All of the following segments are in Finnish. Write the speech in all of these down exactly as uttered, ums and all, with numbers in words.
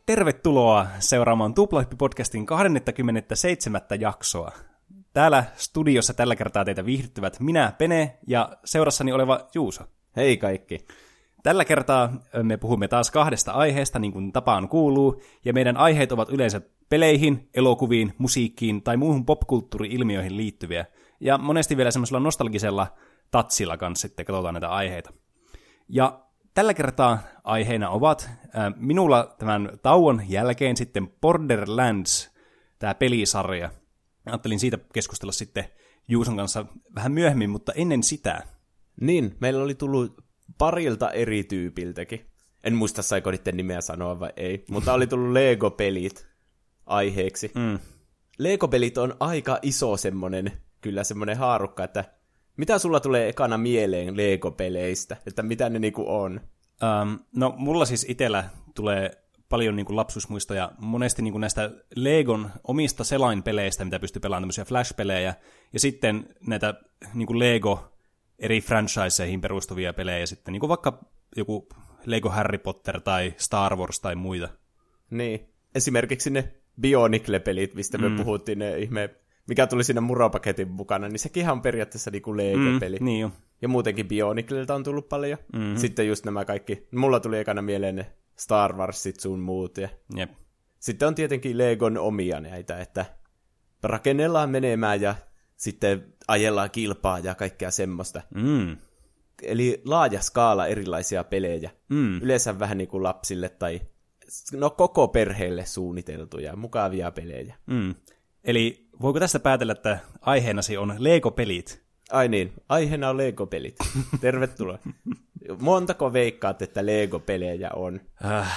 Tervetuloa seuraamaan Tuplahyppi-podcastin kaksikymmentäseitsemän jaksoa. Täällä studiossa tällä kertaa teitä viihdyttävät minä, Pene, ja seurassani oleva Juuso. Hei kaikki. Tällä kertaa me puhumme taas kahdesta aiheesta, niin kuin tapaan kuuluu, ja meidän aiheet ovat yleensä peleihin, elokuviin, musiikkiin tai muuhun popkulttuuri-ilmiöihin liittyviä. Ja monesti vielä semmoisella nostalgisella tatsilla kanssa sitten katsotaan näitä aiheita. Ja tällä kertaa aiheena ovat äh, minulla tämän tauon jälkeen sitten Borderlands, tämä pelisarja. Ajattelin siitä keskustella sitten Juuson kanssa vähän myöhemmin, mutta ennen sitä. Niin, meillä oli tullut parilta eri tyypiltäkin. En muista, saiko niiden nimeä sanoa vai ei, mutta oli tullut Lego-pelit aiheeksi. Mm. Lego-pelit on aika iso semmonen, kyllä semmonen haarukka, että mitä sulla tulee ekana mieleen Lego-peleistä, että mitä ne niinku on? Um, no, mulla siis itsellä tulee paljon niin kuin lapsuusmuistoja monesti niin kuin näistä Legon omista selainpeleistä, mitä pystyy pelaamaan, tämmöisiä Flash-pelejä, ja sitten näitä niin kuin Lego eri franchiseihin perustuvia pelejä, sitten niin kuin vaikka joku Lego Harry Potter tai Star Wars tai muita. Niin, esimerkiksi ne Bionicle-pelit, mistä me mm. puhuttiin, ne ihme, mikä tuli siinä muropaketin mukana, niin sekin on periaatteessa niin kuin Lego-peli. Mm, niin jo. Ja muutenkin Bioniclelta on tullut paljon. Mm-hmm. Sitten just nämä kaikki, mulla tuli ekana mieleen ne Star Warsit sun muut. Ja Jep. sitten on tietenkin Legon omia näitä, että rakennellaan menemään ja sitten ajellaan kilpaa ja kaikkea semmoista. Mm. Eli laaja skaala erilaisia pelejä. Mm. Yleensä vähän niin kuin lapsille tai no koko perheelle suunniteltuja, mukavia pelejä. Mm. Eli voiko tästä päätellä, että aiheenasi on Lego-pelit? Ai niin, aiheena on Lego-pelit. Tervetuloa. Montako veikkaat, että Lego-pelejä on? Äh,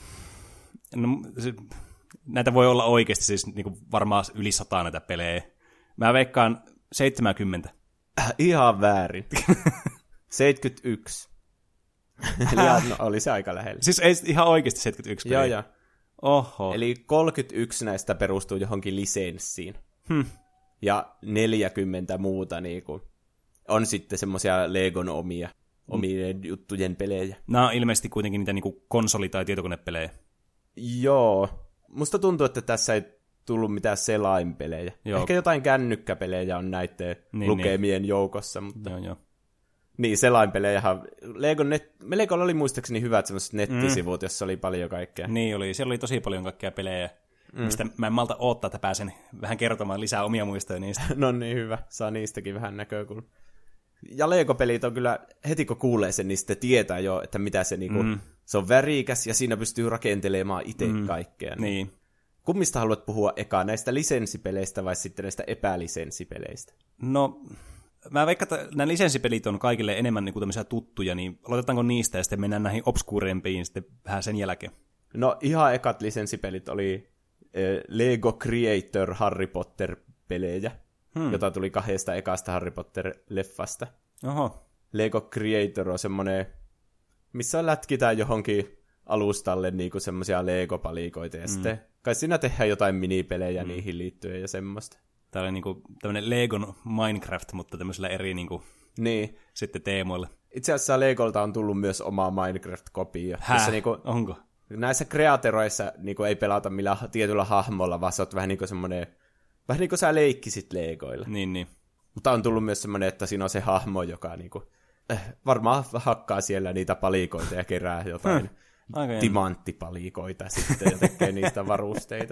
no, se, näitä voi olla oikeasti siis niin kuin varmaan yli sata näitä pelejä. Mä veikkaan seitsemänkymmentä. Äh, ihan väärin. seitsemänkymmentäyksi. Eli no, oli se aika lähellä. Siis ei ihan oikeasti seitsemänkymmentäyksi peliä? Joo, joo. Oho. Eli kolmekymmentäyksi näistä perustuu johonkin lisenssiin. Hmm. Ja neljäkymmentä muuta niin kuin, on sitten semmoisia Legon omia, omien juttujen pelejä. Nämä on ilmeisesti kuitenkin niitä niin kuin konsoli- tai tietokonepelejä. Joo. Musta tuntuu, että tässä ei tullut mitään selainpelejä. Joo. Ehkä jotain kännykkäpelejä on näiden niin, lukemien niin. joukossa. Mutta joo, joo. Niin, selainpelejähän. Legon net... Legolla oli muistaakseni hyvät semmoiset nettisivut, mm. jossa oli paljon kaikkea. Niin oli. Siellä oli tosi paljon kaikkea pelejä, mm. mistä mä en malta odottaa, että pääsen vähän kertomaan lisää omia muistoja niistä. No niin, hyvä. Saa niistäkin vähän näkökulma. Ja Lego-pelit on kyllä, heti kun kuulee sen, niin sitten tietää jo, että mitä se niinku, mm. se on värikäs ja siinä pystyy rakentelemaan itse mm. kaikkea. Niin. Kummista haluat puhua eka, näistä lisenssipeleistä vai sitten näistä epälisenssipeleistä? No, mä veikkaan, että nämä lisenssipelit on kaikille enemmän niin kuin tämmöisiä tuttuja, niin aloitetaanko niistä ja sitten mennään näihin obskuurempiin sitten vähän sen jälkeen? No ihan ekat lisenssipelit oli äh, Lego Creator Harry Potter-pelejä, hmm. jota tuli kahdesta ekasta Harry Potter-leffasta. Oho. Lego Creator on semmoinen, missä lätkitään johonkin alustalle niinku semmoisia Lego-palikoita ja mm. sitten kai siinä tehdään jotain minipelejä mm. niihin liittyen ja semmoista. Tämä oli niinku tämmöinen Legon Minecraft, mutta tämmöisellä eri niinku niin. sitten teemoilla. Itse asiassa Legolta on tullut myös oma Minecraft-kopio. Häh? Niinku, onko? Näissä kreateroissa niinku ei pelata millään tietyllä hahmolla, vaan sä oot vähän niin kuin semmoinen, vähän niin kuin sä leikkisit Legoilla. Niin, niin. Mutta on tullut myös semmoinen, että siinä on se hahmo, joka niinku, eh, varmaan hakkaa siellä niitä palikoita ja kerää jotain hmm. timanttipalikoita sitten ja tekee niistä varusteita.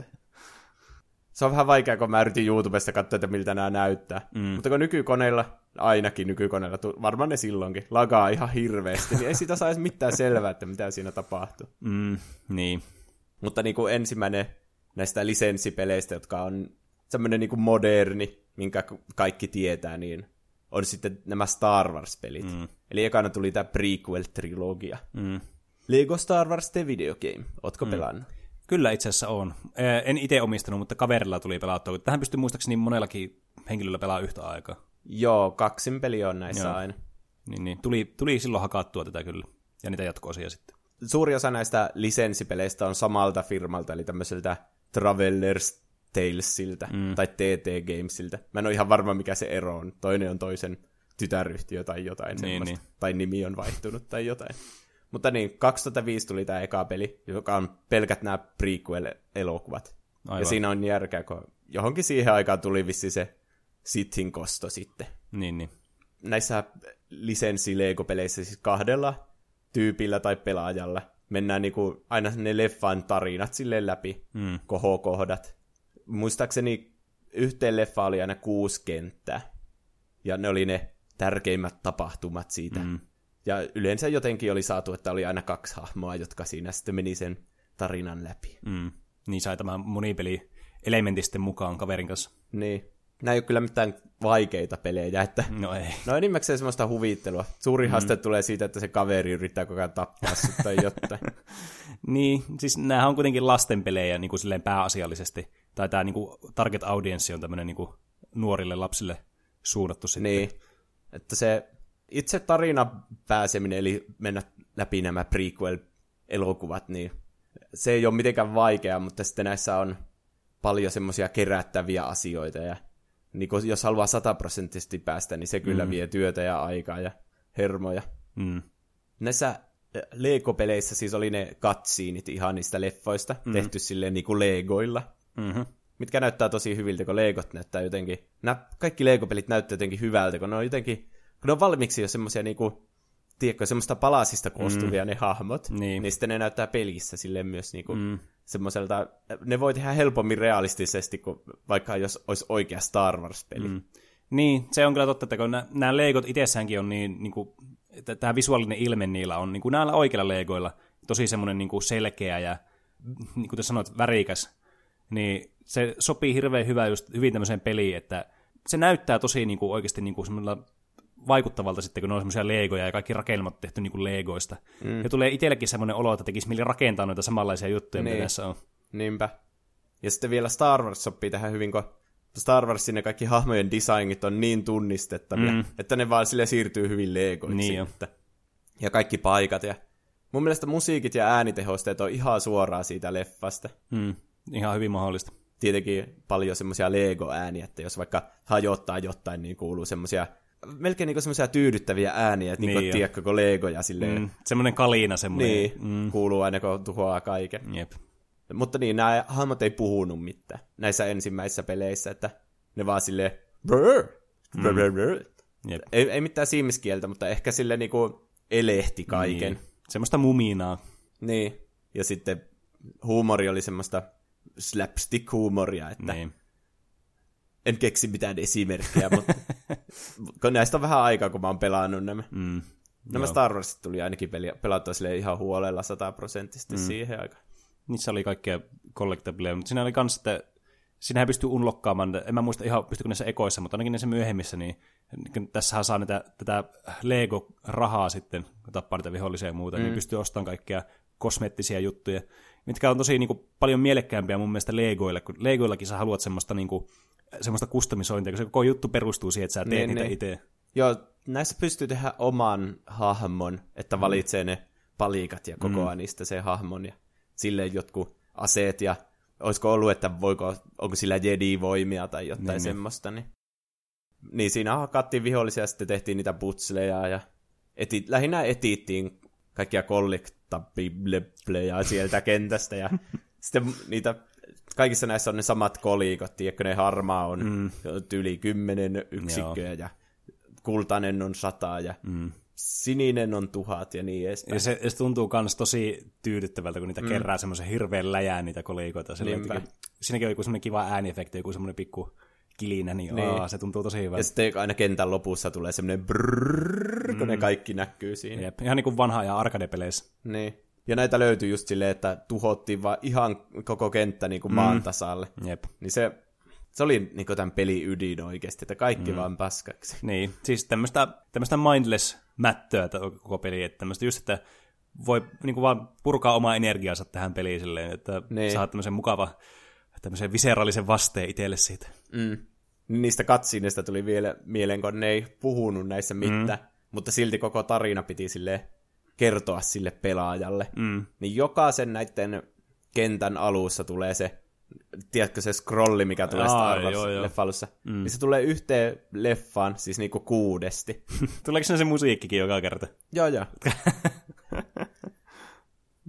Se on vähän vaikeaa, kun mä yritin YouTubesta katsoa, että miltä nämä näyttää. Mm. Mutta kun nykykoneilla, ainakin nykykoneilla, varmaan ne silloinkin, lagaa ihan hirveästi, niin ei siitä saa edes mitään selvää, että mitä siinä tapahtuu. Mm, niin. Mutta niin kuin ensimmäinen näistä lisenssipeleistä, jotka on semmoinen niin kuin moderni, minkä kaikki tietää, niin on sitten nämä Star Wars-pelit. Mm. Eli ekana tuli tämä prequel-trilogia. Mm. Lego Star Wars The Video Game. Ootko mm. pelannut? Kyllä itse asiassa on. En itse omistanut, mutta kaverilla tuli pelattua. Tähän pystyy muistaakseni monellakin henkilöllä pelaa yhtä aikaa. Joo, kaksin peli on näissä Joo. aina. Niin, niin. Tuli, tuli silloin hakattua tätä kyllä. Ja niitä jatko-osia sitten. Suuri osa näistä lisenssipeleistä on samalta firmalta, eli tämmöiseltä Traveller's Talesiltä mm. tai T T Gamesiltä. Mä en ole ihan varma, mikä se ero on. Toinen on toisen tytäryhtiö tai jotain niin, semmoista. Niin. Tai nimi on vaihtunut tai jotain. Mutta niin, kaksituhattaviisi tuli tämä eka peli, joka on pelkät nämä prequel-elokuvat. Aivan. Ja siinä on järkeä, kun johonkin siihen aikaan tuli vissi se Sithin kosto sitten. Niin, niin. Näissä lisenssi-Lego-peleissä siis kahdella tyypillä tai pelaajalla mennään niinku aina ne leffan tarinat silleen läpi, mm. kohokohdat. Muistaakseni yhteen leffa oli aina kuusi kenttää, ja ne oli ne tärkeimmät tapahtumat siitä. Mm. Ja yleensä jotenkin oli saatu, että oli aina kaksi hahmoa, jotka siinä sitten meni sen tarinan läpi. Mm. Niin sai tämä monipeli-elementti sitten mukaan kaverin kanssa. Niin. Nämä ei ole kyllä mitään vaikeita pelejä, että no ei. No enimmäkseen semmoista huvittelua. Suuri mm. haaste tulee siitä, että se kaveri yrittää koko ajan tappaa sut tai jotain. Niin, siis näähän on kuitenkin lastenpelejä niin kuin silleen pääasiallisesti. Tai tämä niin kuin target audience on tämmöinen niin kuin nuorille lapsille suunnattu sitten. Niin, että se itse tarina pääseminen, eli mennä läpi nämä prequel-elokuvat, niin se ei ole mitenkään vaikeaa, mutta sitten näissä on paljon semmoisia kerättäviä asioita, ja niin jos haluaa sataprosenttisesti päästä, niin se kyllä mm. vie työtä ja aikaa ja hermoja. Mm. Näissä Lego-peleissä siis oli ne cutsceneit ihan niistä leffoista, mm. tehty silleen niin kuin Legoilla, mm-hmm. mitkä näyttää tosi hyviltä, kun Legot näyttää jotenkin, nämä kaikki Lego-pelit näyttää jotenkin hyvältä, kun ne on jotenkin, kun ne on valmiiksi jo semmoisia niinku, tiedätkö, semmoista palasista koostuvia mm. ne hahmot, niin. niin sitten ne näyttää pelissä silleen myös niinku mm. semmoiselta, ne voi tehdä helpommin realistisesti, kuin vaikka jos olisi oikea Star Wars-peli. Mm. Niin, se on kyllä totta, että kun nämä Legot itsessäänkin on niin, niin kuin, että tämä visuaalinen ilme niillä on, niin kuin näillä oikeilla Legoilla, tosi semmoinen niin kuin selkeä ja, niin kuin te sanoit, värikäs, niin se sopii hirveän hyvä just, hyvin tämmöiseen peliin, että se näyttää tosi niin kuin, oikeasti niin kuin semmoilla vaikuttavalta sitten, kun ne on semmoisia legoja ja kaikki rakennelmat tehty niin kuin legoista. Mm. Ja tulee itsellekin semmoinen olo, että tekisi mieli rakentaa noita samanlaisia juttuja, niin. mitä tässä on. Niinpä. Ja sitten vielä Star Wars sopii tähän hyvin, kun Star Warsin ne kaikki hahmojen designit on niin tunnistettavia, mm. että ne vaan sille siirtyy hyvin legoiksi. Niin että... Ja kaikki paikat. Ja mun mielestä musiikit ja äänitehosteet on ihan suoraan siitä leffasta. Mm. Ihan hyvin mahdollista. Tietenkin paljon semmoisia Lego-ääniä, että jos vaikka hajottaa jotain, niin kuuluu semmoisia melkein niinku semmoisia tyydyttäviä ääniä, että niin, niinku, tiedätkö, kun Legoja silleen... Mm, semmoinen kalina semmoinen. Niin, mm. kuuluu aina, kun tuhoaa kaiken. Jep. Mutta niin, nämä hahmot ei puhunut mitään näissä ensimmäisissä peleissä, että ne vaan silleen... Brr, brr, brr, brr. Jep. Ei, ei mitään siimiskieltä, mutta ehkä silleen niinku elehti kaiken. Niin. Semmoista muminaa. Niin, ja sitten huumori oli semmoista slapstick-huumoria, että... Niin. En keksi mitään esimerkkejä, mutta kun näistä on vähän aikaa, kun mä oon pelannut nämä. Mm, nämä joo. Star Warsit tuli ainakin pelattua ihan huolella sataprosenttisesti mm. siihen aikaan. Niissä oli kaikkea collectableja, mutta siinä oli kans, että siinähän pystyy unlokkaamaan, en mä muista ihan pystykö näissä ekoissa, mutta ainakin näissä myöhemmissä, niin tässähän saa näitä, tätä Lego-rahaa sitten, kun tappaa niitä vihollisia ja muuta, mm. niin pystyy ostamaan kaikkea kosmeettisia juttuja, mitkä on tosi niin kuin, paljon mielekkäämpiä mun mielestä Legoille, kun Legoillakin sä haluat semmoista niin kuin, semmoista kustomisointia, kun se koko juttu perustuu siihen, että sä teet niin, niitä niin. itse. Joo, näissä pystyy tehdä oman hahmon, että valitsee ne palikat ja kokoaa mm. niistä se hahmon ja silleen jotkut aseet ja olisiko ollut, että voiko, onko sillä Jedi-voimia tai jotain niin, semmoista. Niin. niin siinä hakattiin vihollisia ja sitten tehtiin niitä putsleja ja eti, lähinnä etiittiin kaikkia kollektabibleja sieltä kentästä ja sitten niitä... Kaikissa näissä on ne samat kolikot, tiedätkö, ne harmaa on mm. yli kymmenen yksikköä, Joo. ja kultainen on sata, ja mm. sininen on tuhat, ja niin edespäin. Ja se, se tuntuu myös tosi tyydyttävältä, kun niitä mm. kerää semmoisen hirveän läjään niitä kolikoita. Siinäkin on joku semmoinen kiva ääniefekti, joku semmoinen pikku kilinä, niin, niin. Aa, se tuntuu tosi hyvältä. Ja sitten aina kentän lopussa tulee semmoinen brrrr, kun mm. ne kaikki näkyy siinä. Jep. Ihan niin kuin vanha ajan arcade-peleissä. Niin. Ja näitä löytyi just silleen, että tuhottiin vaan ihan koko kenttä niin kuin mm. maan tasalle. Jep. Niin se, se oli niin kuin tämän pelin ydin oikeasti, että kaikki mm. vaan paskaksi. Niin, siis tämmöistä, tämmöistä mindless-mättöä koko peli, että tämmöistä just, että voi niin kuin vaan purkaa omaa energiaansa tähän peliin silleen, että niin. Saa tämmöisen mukava, tämmöisen viseraalisen vasteen itselle siitä. Mm. Niistä katsiineista tuli vielä mieleen, kun ne ei puhunut näissä mitään, mm. mutta silti koko tarina piti silleen kertoa sille pelaajalle. Mm. Niin jokaisen näiden kentän alussa tulee se, tiedätkö se scrolli, mikä tulee Star Wars-leffa-alussa, mm. niin se tulee yhteen leffaan, siis niinku kuudesti. Tuleeko se musiikkikin joka kerta? Joo, joo.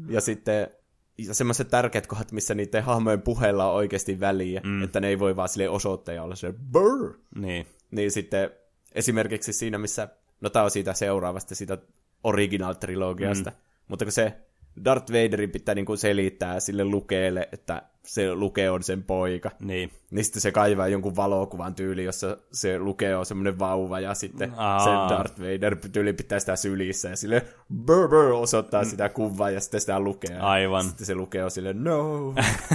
Ja sitten ja semmoiset tärkeät kohdat, missä niiden hahmojen puheilla on oikeasti väliä, mm. että ne ei voi vaan silleen osoitteja olla se brrr. Niin. Niin sitten esimerkiksi siinä, missä, no tää on siitä seuraavasta, siitä original-trilogiasta, mm. mutta kun se Darth Vaderin pitää niinku selittää sille Lukeelle, että se Luke on sen poika. Niin. Niin sitten se kaivaa jonkun valokuvan tyyli, jossa se Luke on semmoinen vauva, ja sitten Aa. se Darth Vader tyyli pitää sitä sylissä, ja sille brr, brr, osoittaa mm. sitä kuvaa, ja sitten sitä Lukea. Aivan. Sitten se Luke on sille no.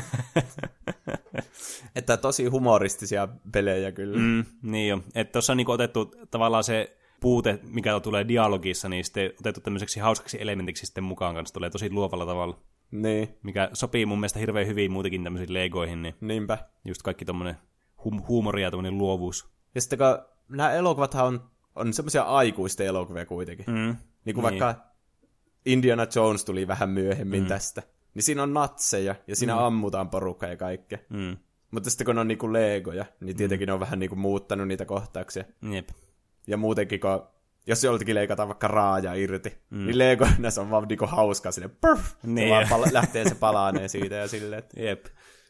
Että tosi humoristisia pelejä kyllä. Mm, niin jo. Että tuossa on niinku otettu tavallaan se puute, mikä tulee dialogissa, niin sitten otettu tämmöiseksi hauskaksi elementiksi sitten mukaan kanssa. Tulee tosi luovalla tavalla. Niin. Mikä sopii mun mielestä hirveän hyvin muutenkin tämmöisiin legoihin. Niin niinpä. Just kaikki tommonen hum- huumori ja tommonen luovuus. Ja sitten kun nämä elokuvathan on, on semmoisia aikuisten elokuvia kuitenkin. Mm, niin kuin niin. Vaikka Indiana Jones tuli vähän myöhemmin mm. tästä. Niin siinä on natseja ja siinä mm. ammutaan porukkaa ja kaikkea. Mm. Mutta sitten kun ne on niinku legoja, niin tietenkin mm. ne on vähän niinku muuttanut niitä kohtauksia. Jep. Ja muutenkin, kun, jos joltakin leikataan vaikka raaja irti, mm. niin lego näissä on vaan niinku hauskaa sinne. Niin. Se vaan pala- lähtee se palaaneen siitä ja silleen. Että... Jep.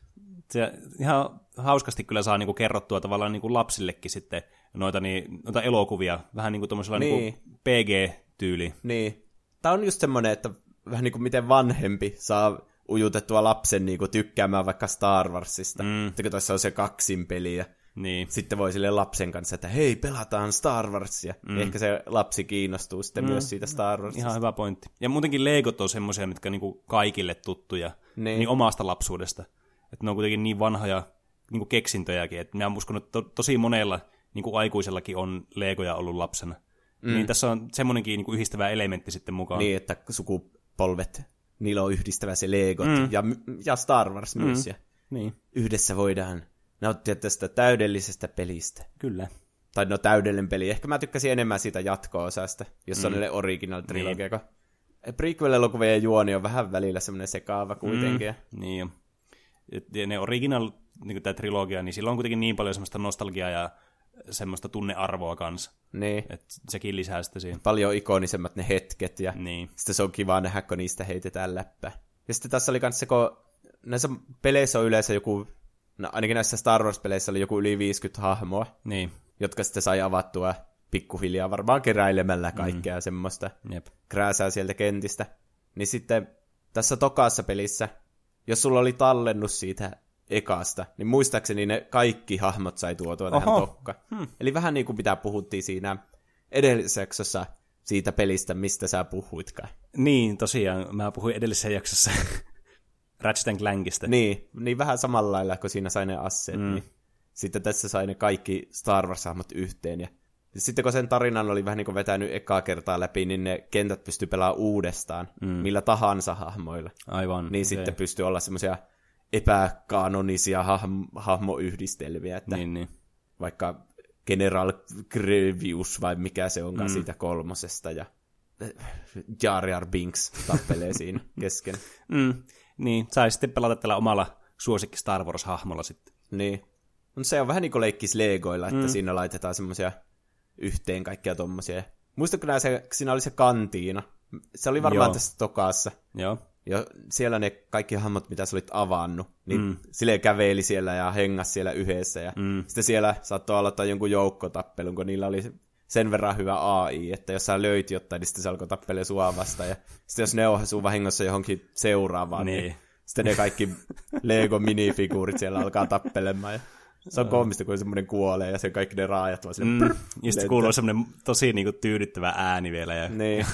Se ihan hauskasti kyllä saa niinku kerrottua tavallaan niinku lapsillekin sitten noita, niin, noita elokuvia. Vähän niinku tommosella niin. niinku P G-tyyli. Niin. Tää on just semmonen, että vähän niinku miten vanhempi saa ujutettua lapsen niinku tykkäämään vaikka Star Warsista. Mm. Että kun tuossa on se kaksin peliä. Niin. Sitten voi sille lapsen kanssa, että hei, pelataan Star Warsia. Mm. Ehkä se lapsi kiinnostuu sitten mm. myös siitä Star Warsista. Ihan hyvä pointti. Ja muutenkin Legot on semmoisia, mitkä on niinku kaikille tuttuja niin. Niin omasta lapsuudesta. Että ne on kuitenkin niin vanhoja niinku keksintöjäkin. Että minä uskon, että to, tosi monella niinku aikuisellakin on Legoja ollut lapsena. Mm. Niin tässä on semmoinenkin niinku yhdistävä elementti sitten mukaan. Niin, että sukupolvet, niillä on yhdistävä se Legot mm. ja, ja Star Wars mm. myös. Ja niin. Yhdessä voidaan nauttia tästä täydellisestä pelistä. Kyllä. Tai no täydellinen peli. Ehkä mä tykkäsin enemmän siitä jatko-osasta, jos mm. on ne original-trilogia. Niin. Prequel-elokuvien juoni on vähän välillä semmoinen sekaava kuitenkin. Mm. Niin jo. Ja ne original, niin kuin tämä trilogia, niin sillä on kuitenkin niin paljon semmoista nostalgiaa ja semmoista tunnearvoa kanssa. Niin. Että sekin lisää sitä siihen. Paljon ikonisemmat ne hetket ja niin. Sitten se on kiva nähdä, kun niistä heitetään läppää. Ja sitten tässä oli kans se, kun näissä peleissä on yleensä joku, no ainakin näissä Star Wars-peleissä oli joku yli viisikymmentä hahmoa, niin. jotka sitten sai avattua pikkuhiljaa varmaan keräilemällä kaikkea mm. semmoista Jep. krääsää sieltä kentistä. Niin sitten tässä tokaassa pelissä, jos sulla oli tallennus siitä ekasta, niin muistaakseni ne kaikki hahmot sai tuotua Oho. tähän tokkaan. Hmm. Eli vähän niin kuin mitä puhuttiin siinä edellisessä jaksossa siitä pelistä, mistä sä puhuitkaan. Niin, tosiaan. Mä puhuin edellisessä jaksossa Ratchet and Clankista. Niin, niin vähän samalla lailla, kun siinä sai ne asseet. Mm. Niin sitten tässä sai ne kaikki Star Wars-hahmot yhteen. Ja sitten kun sen tarinan oli vähän niin kuin vetänyt ekaa kertaa läpi, niin ne kentät pystyi pelaamaan uudestaan, mm. millä tahansa hahmoilla. Aivan. Niin okay. Sitten pystyi olla semmoisia epäkanonisia hahmo- hahmoyhdistelmiä, että niin, niin. vaikka General Grievous vai mikä se onkaan mm. siitä kolmosesta ja Jar Jar Binks tappelee siinä kesken. Mm. Niin, sai sitten pelata tällä omalla suosikki Star Wars-hahmolla sitten. Niin. No, se on vähän niin kuin leikkis Legoilla, että mm. siinä laitetaan semmoisia yhteen kaikkia tommosia. Muistatko nää, se, siinä oli se kantiina? Se oli varmaan Joo. tässä tokaassa. Joo. Ja siellä ne kaikki hahmot, mitä sä olit avannut, niin mm. silleen käveli siellä ja hengas siellä yhdessä. Ja mm. sitten siellä saattoi aloittaa jonkun joukkotappelun, kun niillä oli sen verran hyvä A I, että jos sä löit jotain, niin sitten se alkoi tappelemaan sua vastaan. Ja sitten jos ne ohjasuu vahingossa johonkin seuraavaan, niin, niin sitten ne kaikki Lego-minifiguurit siellä alkaa tappelemaan. Ja se on koomista, kun semmoinen kuolee ja se kaikki ne raajat vaan silleen... Mm. Ja sitten kuuluu semmoinen tosi niinku tyydyttävä ääni vielä. Ja... Niin.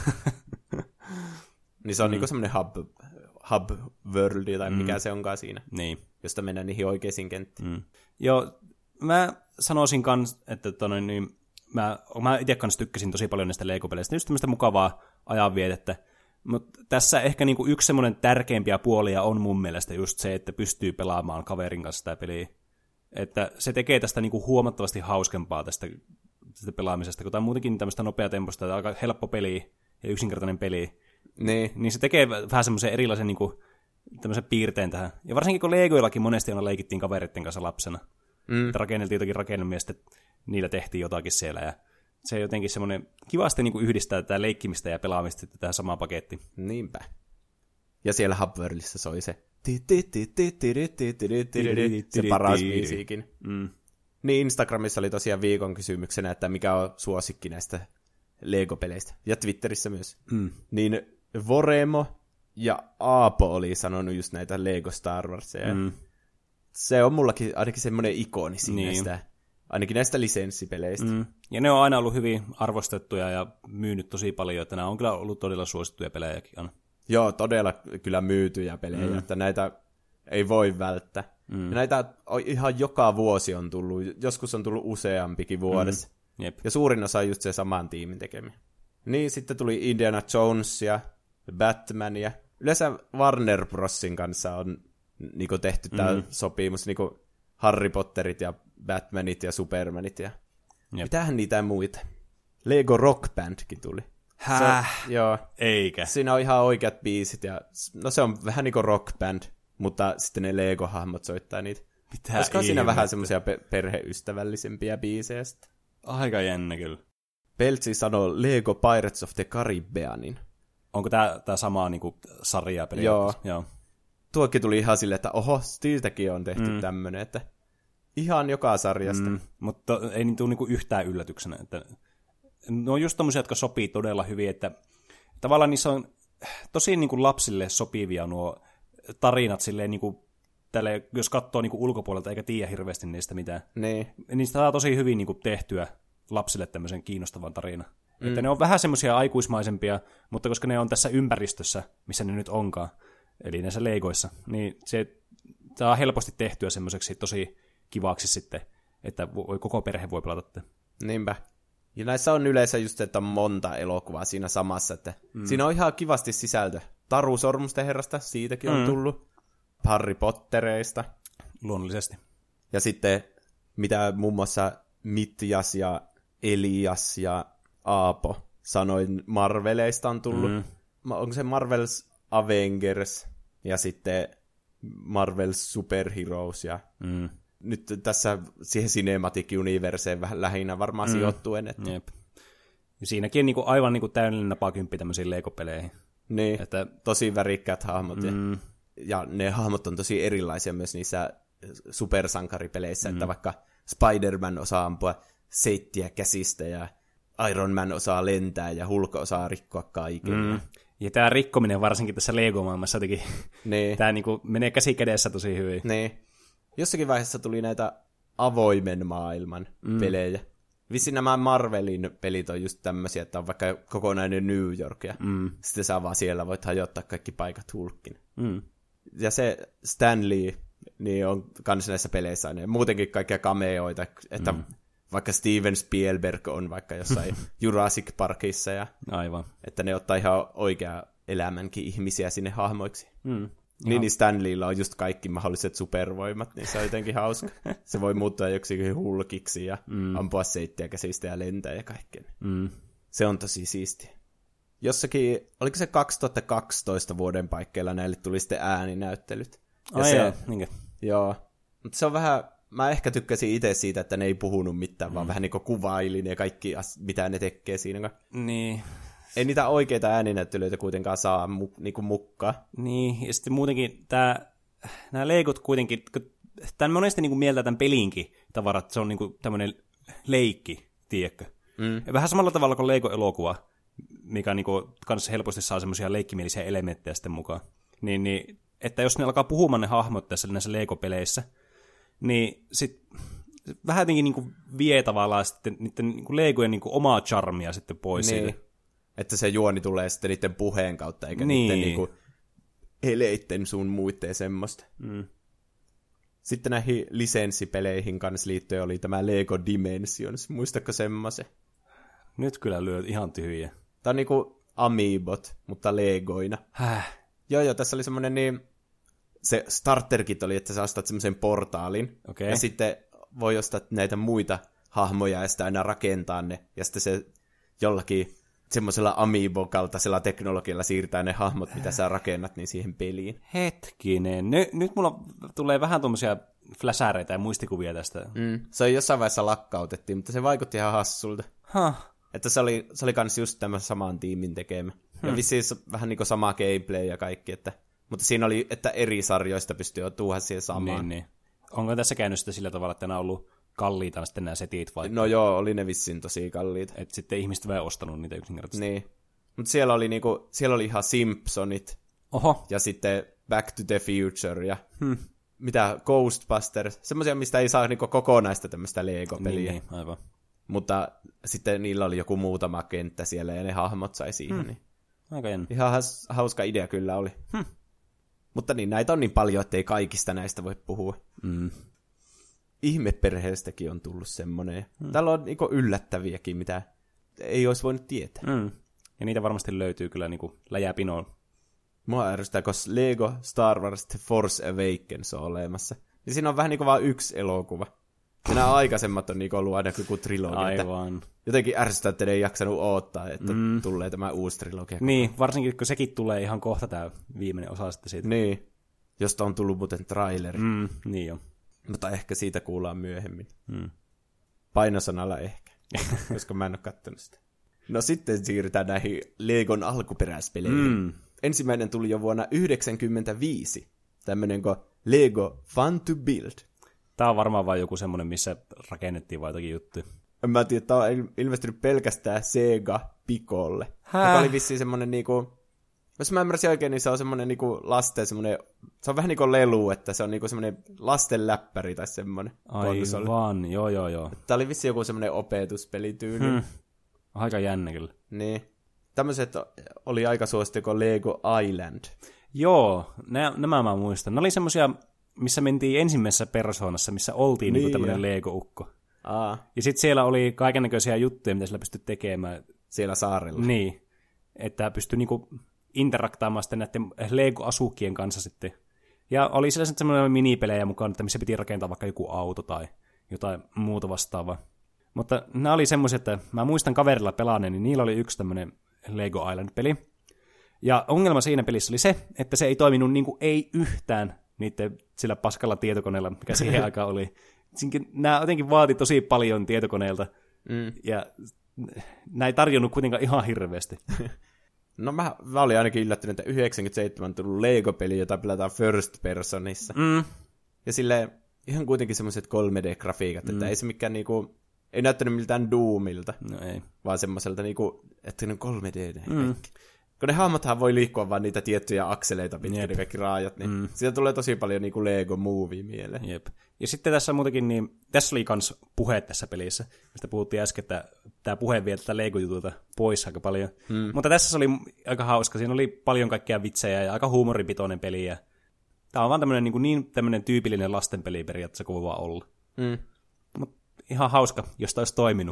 Niin se on mm. niinku semmoinen hub, hub world, tai mikä mm. se onkaan siinä, niin. josta mennään niihin oikeisiin kenttiin. Mm. Joo, mä sanoisin kans, että tonne, niin, mä, mä itse kanssa tykkäsin tosi paljon näistä Lego-peleistä, just tämmöistä mukavaa ajanvietettä, mutta tässä ehkä niinku yksi semmoinen tärkeimpiä puolia on mun mielestä just se, että pystyy pelaamaan kaverin kanssa sitä peliä. Että se tekee tästä niinku huomattavasti hauskempaa tästä, tästä pelaamisesta, kun tämä on muutenkin tämmöistä nopeatempoista ja aika helppo peli ja yksinkertainen peli. Niin. niin se tekee vähän semmoisen erilaisen niin kuin, tämmöisen piirteen tähän. Ja varsinkin kun Legoillakin monesti aina leikittiin kaveritten kanssa lapsena. Mm. Että rakenneltiin jotakin rakennelmia, sitten niillä tehtiin jotakin siellä. Ja se jotenkin semmoinen kivasti niin kuin yhdistää tätä leikkimistä ja pelaamista tähän samaan pakettiin. Niinpä. Ja siellä Hubworldissa soi se se paras biisiikin. Mm. Niin Instagramissa oli tosiaan viikon kysymyksenä, että mikä on suosikki näistä Lego-peleistä. Ja Twitterissä myös. Mm. Niin Voremo ja Aapo oli sanonut just näitä Lego Star Warsia. Mm. Se on mullakin ainakin semmoinen ikoni siinä niin. näistä, ainakin näistä lisenssipeleistä. Mm. Ja ne on aina ollut hyvin arvostettuja ja myynyt tosi paljon, että nämä on kyllä ollut todella suosittuja pelejäkin. Aina. Joo, todella kyllä myytyjä pelejä, mm. että näitä ei voi välttää. Mm. Ja näitä ihan joka vuosi on tullut, joskus on tullut useampikin vuodessa. Mm. Jep. Ja suurin osa on just se saman tiimin tekemiä. Niin, sitten tuli Indiana Jonesia, Batmania. Yleensä Warner Brosin kanssa on niinku tehty tämä mm. sopimus, niinku Harry Potterit ja Batmanit ja Supermanit. Ja... Mitähän niitä muita? Lego Rock Bandkin tuli. Häh? Se, joo. Eikä. Siinä on ihan oikeat biisit. Ja, no se on vähän niin kuin Rock Band, mutta sitten ne Lego-hahmot soittaa niitä. Mitä Olisiko siinä vähän semmoisia pe- perheystävällisempiä biisejä sitten? Aika jännä kyllä. Peltsi sanoo Lego Pirates of the Caribbeanin. Onko tämä tää sama niinku sarja peliä? Joo. Joo. Tuokin tuli ihan silleen, että oho, siltäkin on tehty mm. tämmönen, että ihan joka sarjasta. Mm, mutta ei niin tule niinku yhtään yllätyksenä. Että ne on just tommosia, jotka sopii todella hyvin, että tavallaan niissä on tosi niinku lapsille sopivia nuo tarinat silleen niinku tälle, jos katsoo niinku ulkopuolelta eikä tiedä hirveästi niistä mitään. Niin. Niistä saa tosi hyvin niinku tehtyä lapsille tämmöisen kiinnostavan tarinan. Mm. Että ne on vähän semmoisia aikuismaisempia, mutta koska ne on tässä ympäristössä, missä ne nyt onkaan, eli näissä Legoissa, niin se saa helposti tehtyä semmoiseksi tosi kivaksi sitten, että voi, koko perhe voi pelata. Niinpä. Ja näissä on yleensä just, että on monta elokuvaa siinä samassa, että mm. siinä on ihan kivasti sisältö. Taru Sormusten herrasta, siitäkin mm. on tullut. Harry Pottereista. Luonnollisesti. Ja sitten, mitä muun muassa Mitjas ja Elias ja Aapo sanoin Marveleista on tullut. Mm. Onko se Marvel's Avengers ja sitten Marvel's Superheroes ja mm. nyt tässä siihen Cinematic Universeen vähän lähinnä varmaan mm. sijoittuen. Että... Jep. Ja siinäkin niinku aivan niinku täydellinen napakymppi tämmöisiin Lego-peleihin. Niin, että... tosi värikkäät hahmot. Mm. Ja, ja ne hahmot on tosi erilaisia myös niissä supersankaripeleissä, mm. että vaikka Spider-Man osaa ampua seittiä käsistä ja Iron Man osaa lentää ja Hulk osaa rikkoa kaiken. Mm. Ja, ja tämä rikkominen varsinkin tässä Lego-maailmassa jotenkin, niin. tämä niinku menee käsi kädessä tosi hyvin. Niin. Jossakin vaiheessa tuli näitä avoimen maailman mm. pelejä. Vissiin nämä Marvelin pelit on just tämmöisiä, että on vaikka kokonainen New York ja mm. sitten sä vaan siellä voit hajottaa kaikki paikat Hulkin. Mm. Ja se Stan Lee niin on kans näissä peleissä aina. Muutenkin kaikkia cameoita, että mm. vaikka Steven Spielberg on vaikka jossain Jurassic Parkissa. Ja, aivan. Että ne ottaa ihan oikea elämänkin ihmisiä sinne hahmoiksi. Mm. Niin, niin Stan Leella on just kaikki mahdolliset supervoimat, niin se on jotenkin hauska. Se voi muuttua joksikin hulkiksi ja mm. ampua seittiä käsistä ja lentää ja kaikkea. Mm. Se on tosi siistiä. Jossakin, oliko se kaksituhattakaksitoista vuoden paikkeilla näille tuli sitten ääninäyttelyt. Ja Ai se, joo, niinkö? Joo. Mutta se on vähän, mä ehkä tykkäsin itse siitä, että ne ei puhunut mitään, mm. vaan vähän niin kuin kuvailin ja kaikki, mitä ne tekee siinä. Niin. Ei niitä oikeita ääninäyttelyitä kuitenkaan saa mu- niinku mukaan. Niin, ja sitten muutenkin tää, nämä Legot kuitenkin, tämän monesti niinku mieltää tämän pelinkin tavarat, että se on niinku tämmöinen leikki, tiedätkö? Mm. Ja vähän samalla tavalla kuin Lego-elokuva, mikä niinku kanssa helposti saa semmoisia leikkimielisiä elementtejä sitten mukaan. Niin, niin, että jos ne alkaa puhumaan ne hahmot tässä näissä Lego-peleissä, niin sit vähän jotenkin niinku vie tavallaan sitten niiden niinku Legojen niinku omaa charmia sitten pois niin. siitä. Että se juoni tulee sitten niiden puheen kautta, eikä niin. niiden niinku eleitten sun muitteen semmoista. Mm. Sitten näihin lisenssipeleihin kanssa liittyen oli tämä Lego Dimensions. Muistatko semmoisen? Nyt kyllä lyöt ihan tyhjiä. Tämä on niinku Amiibot, mutta Legoina. Häh? Joo, joo, tässä oli semmoinen niin... Se starterkit oli, että sä ostat semmoisen portaalin. Okay. Ja sitten voi ostaa näitä muita hahmoja ja sitten aina rakentaa ne. Ja sitten se jollakin... semmoisella Amiibo-kaltaisella teknologialla siirtää ne hahmot, mitä sä rakennat, niin siihen peliin. Hetkinen. Ny- nyt mulla tulee vähän tuommoisia fläsäreitä ja muistikuvia tästä. Mm. Se on jossain vaiheessa lakkautettiin, mutta se vaikutti ihan hassulta. Huh. Että se oli, se oli kans just tämän saman tiimin tekemä. Hmm. Ja vissiin vähän niin kuin sama gameplay ja kaikki, että Mutta siinä oli, että eri sarjoista pystyy tuoda siihen samaan. Niin, niin. Onko tässä käynyt sitä sillä tavalla, että nämä on ollut kalliita sitten nämä setit? Vai? No joo, oli ne vissiin tosi kalliita. Että sitten ihmiset vähän ostanut niitä yksinkertaisesti. Niin. Mutta siellä oli, niinku, siellä oli ihan Simpsonit. Oho. Ja sitten Back to the Future ja hmm. mitä Ghostbusters. Semmoisia, mistä ei saa niinku kokonaista tämmöistä Lego-peliä. Niin, niin, aivan. Mutta sitten niillä oli joku muutama kenttä siellä ja ne hahmot sai siihen. Hmm. Niin. Aika jännä. Ihan hauska idea kyllä oli. Hmm. Mutta niin, näitä on niin paljon, ettei kaikista näistä voi puhua. Mm. Ihmeperheestäkin on tullut semmoinen. Hmm. Täällä on niinku yllättäviäkin, mitä ei olisi voinut tietää. Mm. Ja niitä varmasti löytyy kyllä niinku läjäpinoon. Mua ärsyttää, koska Lego Star Wars The Force Awakens on olemassa. Ja siinä on vähän niinku vaan yksi elokuva. Ja nämä aikaisemmat on niinku ollut aina joku trilogia. Aivan. Jotenkin ärsyttää, että ne ei jaksanut odottaa, että mm. tulee tämä uusi trilogia. Niin, varsinkin kun sekin tulee ihan kohta tämä viimeinen osa sitten siitä. Niin, josta on tullut muuten traileri. Mm, niin jo. Mutta ehkä siitä kuullaan myöhemmin. Mm. Painosanalla ehkä, koska mä en ole kattonut sitä. No sitten siirrytään näihin Legon alkuperäispeleihin. Mm. Ensimmäinen tuli jo vuonna yhdeksänkymmentäviisi. Tämmöinen kuin Lego Fun to Build. Tämä on varmaan vain joku semmoinen, missä rakennettiin vai jotakin juttuja. En mä tiedä, tämä on ilmestynyt pelkästään Sega Picolle. Hää? Joka oli vissiin semmoinen niinku, jos mä ymmärsin oikein, niin se on semmoinen niinku lasten semmoinen, se on vähän niin kuin lelu, että se on niinku semmoinen lasten läppäri tai semmoinen. Aivan, joo joo joo. Tämä oli vissiin joku semmoinen opetuspelityyli. Hmm. Aika jännä kyllä. Niin. Tämmöiset oli aika suosittu kuin Lego Island. Joo, nämä, nämä mä muistan. Ne oli semmoisia, missä mentiin ensimmäisessä persoonassa, missä oltiin niin, niin tämmöinen Lego-ukko. Aa. Ja sitten siellä oli kaikennäköisiä juttuja, mitä sillä pystyi tekemään. Siellä saarella. Niin, että pystyi niinku interaktaamaan sitten näiden Lego-asukkien kanssa sitten. Ja oli siellä sitten semmoinen minipelejä mukaan, että missä piti rakentaa vaikka joku auto tai jotain muuta vastaavaa. Mutta nämä oli semmoisia, että mä muistan kaverilla pelaaneen, niin niillä oli yksi tämmöinen Lego Island-peli. Ja ongelma siinä pelissä oli se, että se ei toiminut niinku ei yhtään niiden sillä paskalla tietokoneella, mikä siihen aikaan oli. Nämä jotenkin vaati tosi paljon tietokoneelta, mm. ja nämä ei tarjonnut kuitenkaan ihan hirveästi. No mä, mä olin ainakin yllättynyt, että yhdeksänkymmentäseitsemän on tullut Lego-peli, jota pelataan first personissa. Mm. Ja silleen ihan kuitenkin semmoiset kolme D-grafiikat, mm. että ei se mikään niinku, ei näyttänyt miltään Doomilta, no ei. vaan semmoiselta niinku, että ne on kolme D. Mm. Kun ne hahmothan voi liikkua vaan niitä tiettyjä akseleita pitkin, ne kaikki raajat, niin mm. siitä tulee tosi paljon niinku Lego Movie mieleen. Jep. Ja sitten tässä muutenkin, niin tässä oli kans puheet tässä pelissä, mistä puhuttiin äsken, että tämä puhe vie tätä Lego-jutulta pois aika paljon. Mm. Mutta tässä se oli aika hauska, siinä oli paljon kaikkia vitsejä ja aika huumoripitoinen peli. Ja tämä on vaan tämmöinen niin, niin tämmöinen tyypillinen lastenpeli periaatteessa, kun voi vaan olla. Mm. Mutta ihan hauska, jos tämä olisi toiminut.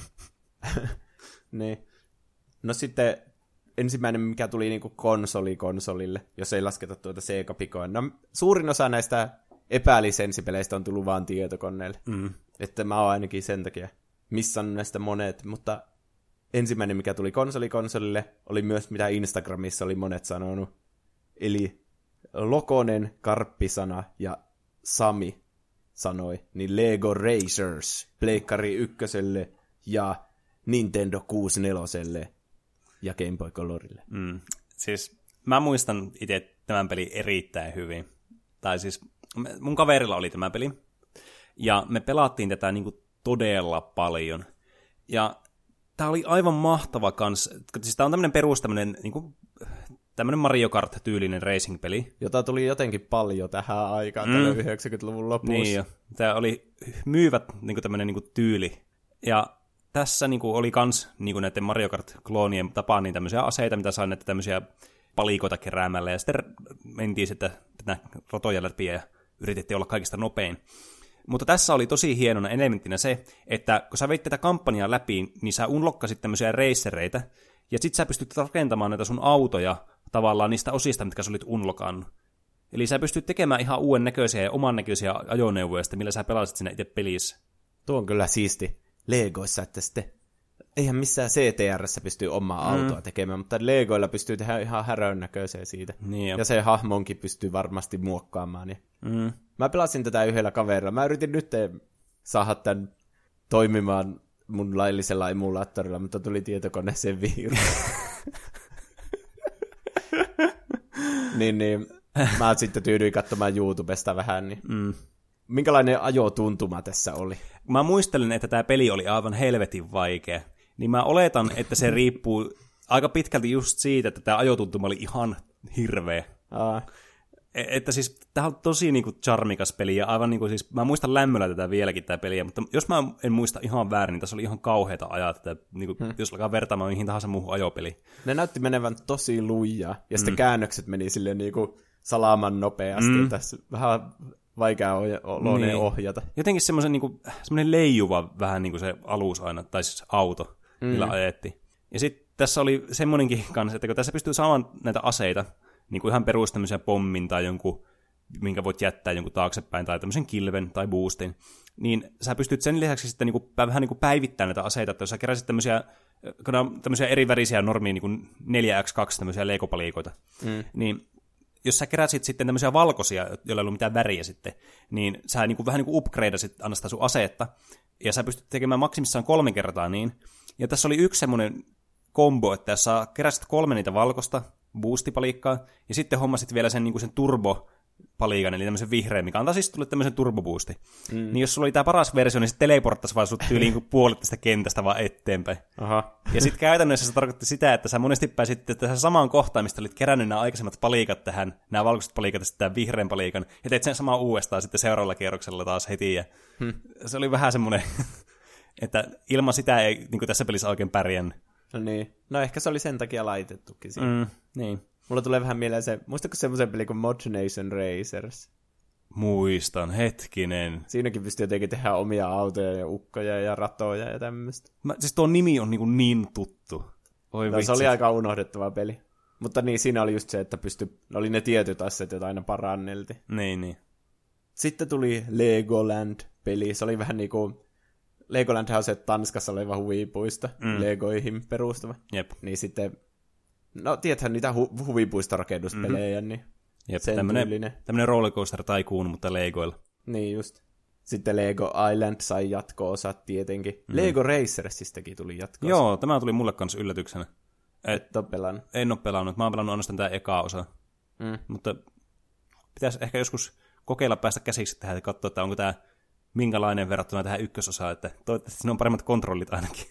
Niin. No sitten ensimmäinen, mikä tuli niinku konsoli konsolille, jos ei lasketa tuota Sega Picoa. No, suurin osa näistä epälisenssipeleistä on tullut vaan tietokoneelle. Mm. Että mä oon ainakin sen takia missannut näistä monet, mutta ensimmäinen, mikä tuli konsoli konsolille, oli myös mitä Instagramissa oli monet sanonut. Eli Lokonen, Karppisana ja Sami sanoi, niin Lego Racers, Pleikkari ykköselle ja Nintendo kuusikymmentäneljä ja Game Boy Colorille. Mm. Siis mä muistan itse tämän pelin erittäin hyvin. Tai siis mun kaverilla oli tämä peli. Ja me pelaattiin tätä niin kuin todella paljon. Ja tää oli aivan mahtava kans. Siis tää on tämmönen perus tämmönen niin kuin, tämmönen Mario Kart-tyylinen racing-peli. Jota tuli jotenkin paljon tähän aikaan, mm. tällä yhdeksänkymmentäluvun lopussa. Niin jo. Tää oli myyvät niin kuin tämmönen niin kuin tyyli. Ja tässä niin kuin oli kans niin kuin näiden Mario Kart-kloonien tapaan niin tämmöisiä aseita, mitä sai näitä tämmöisiä palikoita keräämällä. Ja sitten mentiin sitten tätä ratoja läpi ja yritettiin olla kaikista nopein. Mutta tässä oli tosi hienona elementtinä se, että kun sä veit tätä kampanjaa läpi, niin sä unlokkasit tämmöisiä racereita, ja sit sä pystyt rakentamaan näitä sun autoja tavallaan niistä osista, mitkä sä olit unlokannut. Eli sä pystyt tekemään ihan uuden näköisiä ja oman näköisiä ajoneuvoja, millä sä pelasit siinä itse pelissä. Tuo on kyllä siisti Legoissa, että sitten eihän missään C T R:ssä pystyy omaa autoa mm. tekemään, mutta Legoilla pystyy tehdä ihan härön näköisiä siitä. Niin ja se hahmonkin pystyy varmasti muokkaamaan. Ja mm. Mä pelasin tätä yhdellä kaverilla. Mä yritin nyt saada tämän toimimaan mun laillisella emulaattorilla, mutta tuli tietokoneeseen virus. niin, niin. Mä sitten tyydyin katsomaan YouTubesta vähän, niin mm. minkälainen ajotuntuma tässä oli? Mä muistelen, että tämä peli oli aivan helvetin vaikea, niin mä oletan, että se riippuu aika pitkälti just siitä, että tämä ajotuntuma oli ihan hirveä. Aa. Että siis tämä on tosi niinku charmikas peli, ja aivan niinku siis, mä muistan lämmöllä tätä vieläkin tätä peliä, mutta jos mä en muista ihan väärin, niin tässä oli ihan kauheata ajaa tätä, niinku, hmm. jos alkaa vertaamaan mihin tahansa muuhun ajopeliin. Ne näytti menevän tosi lujaa, ja sitten mm. käännökset meni silleen niinku salaman nopeasti, mm. tässä vähän vaikea oloinen niin. ohjata. Jotenkin semmoisen niinku, semmoinen leijuva vähän niinku se alus aina, tai siis auto, mm. millä ajettiin. Ja sitten tässä oli semmoinenkin kanssa, että kun tässä pystyy saamaan näitä aseita, niin kuin ihan perus tämmöisen pommin tai jonkun, minkä voit jättää jonkun taaksepäin, tai tämmöisen kilven tai boostin, niin sä pystyt sen lisäksi sitten niin kuin, vähän niin kuin päivittämään näitä aseita, että jos sä keräsit tämmöisiä, tämmöisiä eri värisiä normiin, niin kuin neljä kertaa kaksi tämmöisiä leikopalikoita, mm. niin jos sä keräsit sitten tämmöisiä valkoisia, joilla ei ollut mitään väriä sitten, niin sä niin kuin, vähän niin kuin upgradeasit anna sitä sun asetta, ja sä pystyt tekemään maksimissaan kolme kertaa niin, ja tässä oli yksi semmoinen kombo, että jos sä keräsit kolme niitä valkoista boostipalikkaa, ja sitten hommasit vielä sen, niin kuin sen turbopaliikan, eli tämmöisen vihreän, mikä antaa siis tulle tämmöisen turboboosti. Mm. Niin jos sulla oli tämä paras versio, niin se teleporttaisi vaan sut tyyliin kuin puolet tästä kentästä vaan eteenpäin. Aha. Ja sitten käytännössä se tarkoitti sitä, että sä monesti pääsit tähän samaan kohtaan, mistä olit kerännyt nämä aikaisemmat palikat tähän, nämä valkoiset palikat ja sitten tämän vihreän palikan, ja teit sen samaa uudestaan sitten seuraavalla kierroksella taas heti. Ja hmm. Se oli vähän semmoinen, että ilman sitä ei niin kuin tässä pelissä oikein pärjännyt. No niin. No ehkä se oli sen takia laitettukin siinä. Mm, niin. Mulla tulee vähän mieleen se, muistatko semmoisen peli kuin Mod Nation Racers? Muistan, hetkinen. Siinäkin pystyy jotenkin tehdä omia autoja ja ukkoja ja ratoja ja tämmöistä. Mä, siis tuo nimi on niin, niin tuttu. Oi no, se oli aika unohdettava peli. Mutta niin, siinä oli just se, että pystyi, oli ne tietyt aset, joita aina parannelti. Niin, niin. Sitten tuli Legoland-peli. Se oli vähän niin kuin Legolandhan on se Tanskassa oleva huvipuisto, mm. Legoihin perustuva. Jep. Niin sitten, no tiedäthän niitä hu- huvipuistorakennuspelejä, mm-hmm. niin Jep, sen tämmönen, tyylinen. Tämmönen rollercoaster tycoon, mutta Legoilla. Niin just. Sitten Lego Island sai jatko-osat tietenkin. Mm. Lego Racersistäkin tuli jatko-osa. Joo, tämä tuli mulle kanssa yllätyksenä. Et, Et ole pelannut. En ole pelannut. Mä oon pelannut ainoastaan tämä ekaa osa. Mm. Mutta pitäisi ehkä joskus kokeilla päästä käsiksi tähän ja katsoa, että onko tämä minkälainen verrattuna tähän ykkösosaan, että toivottavasti ne on paremmat kontrollit ainakin.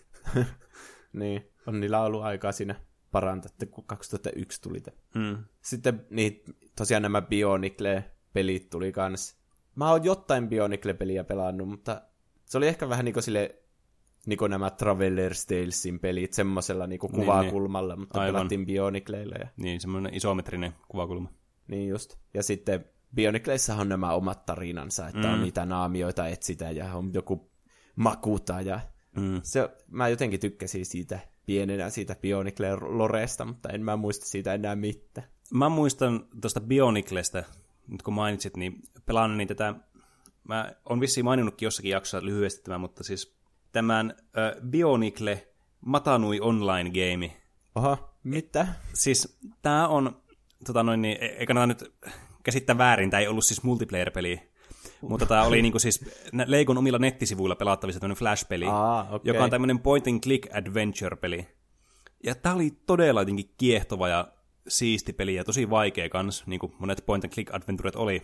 Niin, on niillä ollut aikaa siinä parantaa, kun kaksituhattayksi tuli. Mm. Sitten niin, tosiaan nämä Bionicle-pelit tuli kanssa. Mä oon jotain Bionicle-peliä pelannut, mutta se oli ehkä vähän niin kuin sille, niin kuin nämä Traveler's Talesin pelit, semmoisella niin kuin kuvakulmalla, niin, mutta aivan. Pelattiin Bionicleilla. Ja niin, semmoinen isometrinen kuvakulma. Niin just. Ja sitten Bionicleissahan on nämä omat tarinansa, että mm. on niitä naamioita etsitä ja on joku makuta. Ja mm. se, mä jotenkin tykkäsin siitä pienenä siitä Bionicle-loresta, mutta en mä muista siitä enää mitään. Mä muistan tuosta Bioniclesta, nyt kun mainitsit, niin pelannut niin tätä, mä oon vissiin maininnutkin jossakin jaksossa lyhyesti tämän, mutta siis tämän äh, Bionicle Matanui Online-game. Oha, mitä? Siis tää on, tota noin, niin, ei kannata nyt käsittää väärin, tää ei ollut siis multiplayer-peli, mutta tää oli niinku siis Legon omilla nettisivuilla pelattavissa tämmönen Flash-peli, ah, okay. joka on tämmönen point-and-click adventure-peli. Ja tää oli todella jotenkin kiehtova ja siisti peli ja tosi vaikea kans, niin kuin monet point-and-click-adventuret oli.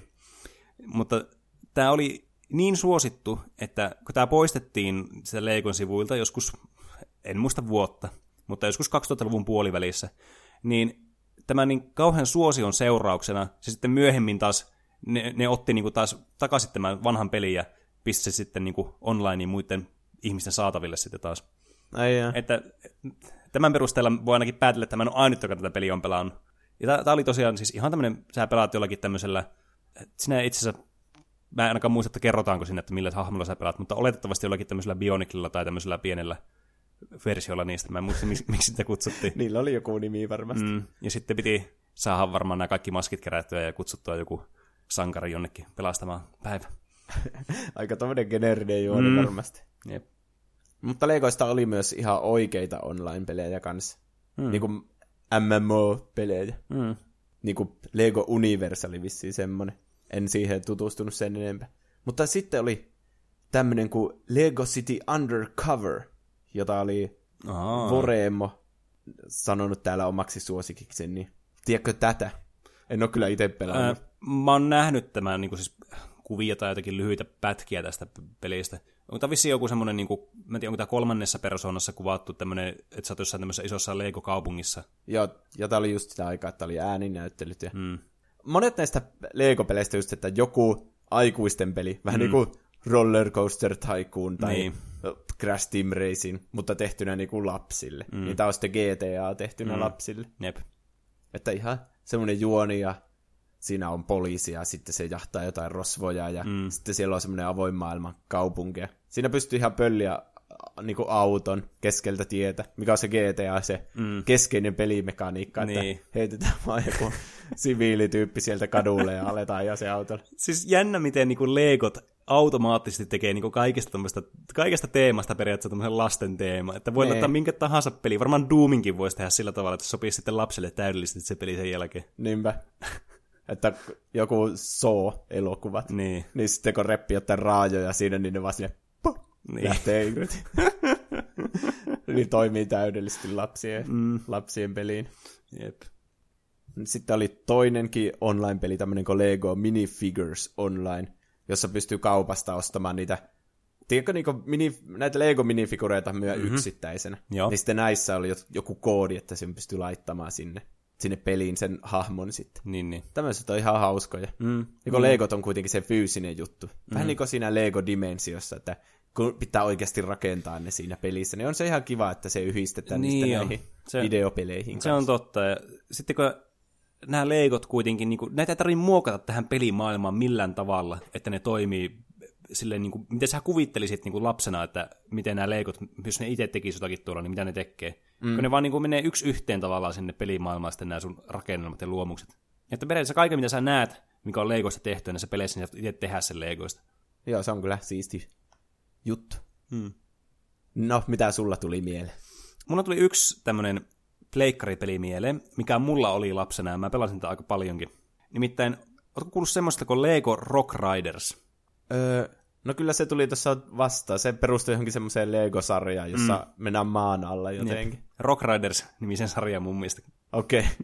Mutta tää oli niin suosittu, että kun tää poistettiin sitä Legon sivuilta joskus, en muista vuotta, mutta joskus kaksituhattaluvun puolivälissä, niin tämän niin kauhean suosion seurauksena se sitten myöhemmin taas, ne, ne otti niin kuin taas takaisin tämän vanhan pelin ja pisti se sitten niin kuin onlineen muiden ihmisten saataville sitten taas. Ai että tämän perusteella voi ainakin päätellä, että mä en ole ainut, joka tätä peliä on pelannut. Ja tää, tää oli tosiaan siis ihan tämmönen, sä pelaat jollakin tämmöisellä, sinä itse asiassa, mä en ainakaan muista, että kerrotaanko sinne, että millä hahmolla sä pelaat, mutta oletettavasti jollakin tämmöisellä Bioniclella tai tämmöisellä pienellä versiolla niistä, mä en muista, miksi, miksi sitä kutsuttiin. Niillä oli joku nimi varmasti. Mm, ja sitten piti saada varmaan nämä kaikki maskit kerättyä ja kutsuttua joku sankari jonnekin pelastamaan päivä. Aika tommoinen geneerinen juoni mm. varmasti. Jep. Mutta Legoista oli myös ihan oikeita online-pelejä kanssa. Mm. Niin kuin M M O-pelejä. Mm. Niin kuin Lego Universe oli vissiin semmoinen. En siihen tutustunut sen enempää. Mutta sitten oli tämmöinen kuin Lego City Undercover, jota oli Aa. Voremo sanonut täällä omaksi suosikikseni. Niin tiedätkö tätä? En ole kyllä itse pelannut. Ää, mä oon nähnyt tämän niin kuin siis kuvia tai jotakin lyhyitä pätkiä tästä pelistä. Onko tämä vissiin joku semmoinen, niin kuin, mä en tiedä, onko tämä kolmannessa persoonassa kuvattu tämmöinen, että sä oot jossain tämmöisessä isossa Lego-kaupungissa? Joo, ja tämä oli just sitä aikaa, että oli ääninäyttelyt. Ja... Hmm. Monet näistä Lego-peleistä just, että joku aikuisten peli, vähän hmm. niin kuin Roller Coaster Tycoon tai niin. Crash Team Racing, mutta tehtynä niin kuin lapsille. Hmm. Niin tämä on sitten G T A tehtynä hmm. lapsille. Jep. Että ihan semmoinen juoni ja siinä on poliisi ja sitten se jahtaa jotain rosvoja ja mm. sitten siellä on semmoinen avoin maailman kaupunki. Siinä pystyy ihan pölliä niin kuin auton keskeltä tietä, mikä on se G T A, se mm. keskeinen pelimekaniikka, niin. Että heitetään vaan joku siviilityyppi sieltä kadulle ja aletaan ajaa se autolla. Siis jännä, miten niin kuin Legot automaattisesti tekee niin kuin kaikesta, kaikesta teemasta periaatteessa tämmöisen lasten teema. Että voi ottaa minkä tahansa peli. Varmaan Doominkin voisi tehdä sillä tavalla, että se sopii sitten lapselle täydellisesti se peli sen jälkeen. Niinpä. Että joku Saw-elokuvat, niin. niin sitten kun reppi jotain raajoja siinä, niin ne vaan sinne niin. lähtee irti. Niin toimii täydellisesti lapsien, mm. lapsien peliin. Jep. Sitten oli toinenkin online-peli, tämmöinen kuin Lego Minifigures Online, jossa pystyy kaupasta ostamaan niitä, tiedätkö, niin mini, näitä Lego-minifigureita myö mm-hmm. yksittäisenä. Joo. Niin sitten näissä oli joku koodi, että sen pystyy laittamaan sinne. sinne peliin sen hahmon sitten. Niin, niin. Tämmöiset on ihan hauskoja. Mm. Niin kun mm. Legot on kuitenkin se fyysinen juttu. Vähän mm. niin kuin siinä Lego-dimensiossa, että kun pitää oikeasti rakentaa ne siinä pelissä, niin on se ihan kiva, että se yhdistetään niin niistä näihin se, videopeleihin kanssa. Se on totta. Ja sitten kun nämä Legot kuitenkin, niin kuin, näitä ei tarvitse muokata tähän pelimaailmaan millään tavalla, että ne toimii silleen, niin kuin, miten sä kuvittelisit niin kuin lapsena, että miten nämä Legot, jos ne itse tekisivät jotakin tuolla, niin mitä ne tekee. Mm. Kun ne vaan niin kuin menee yksi yhteen tavallaan sinne pelimaailmaan sitten nämä sun rakennelmat ja luomukset. Ja että periaatteessa kaiken, mitä sä näet, mikä on Legoista tehty, näissä peleissä, niin sä itse tehdä sen Legoista. Joo, se on kyllä siisti juttu. Mm. No, mitä sulla tuli mieleen? Mulla tuli yksi tämmönen pleikkaripeli mieleen, mikä mulla oli lapsena, ja mä pelasin sitä aika paljonkin. Nimittäin, ootko kuullut semmoista kuin Lego Rock Riders? Öö, no kyllä se tuli tuossa vastaan. Se perustui johonkin semmoiseen Lego-sarjaan, jossa mm. mennään maan alla jotenkin. Jep. Rock Riders-nimisen sarjan mun mielestä. Okei. Okay.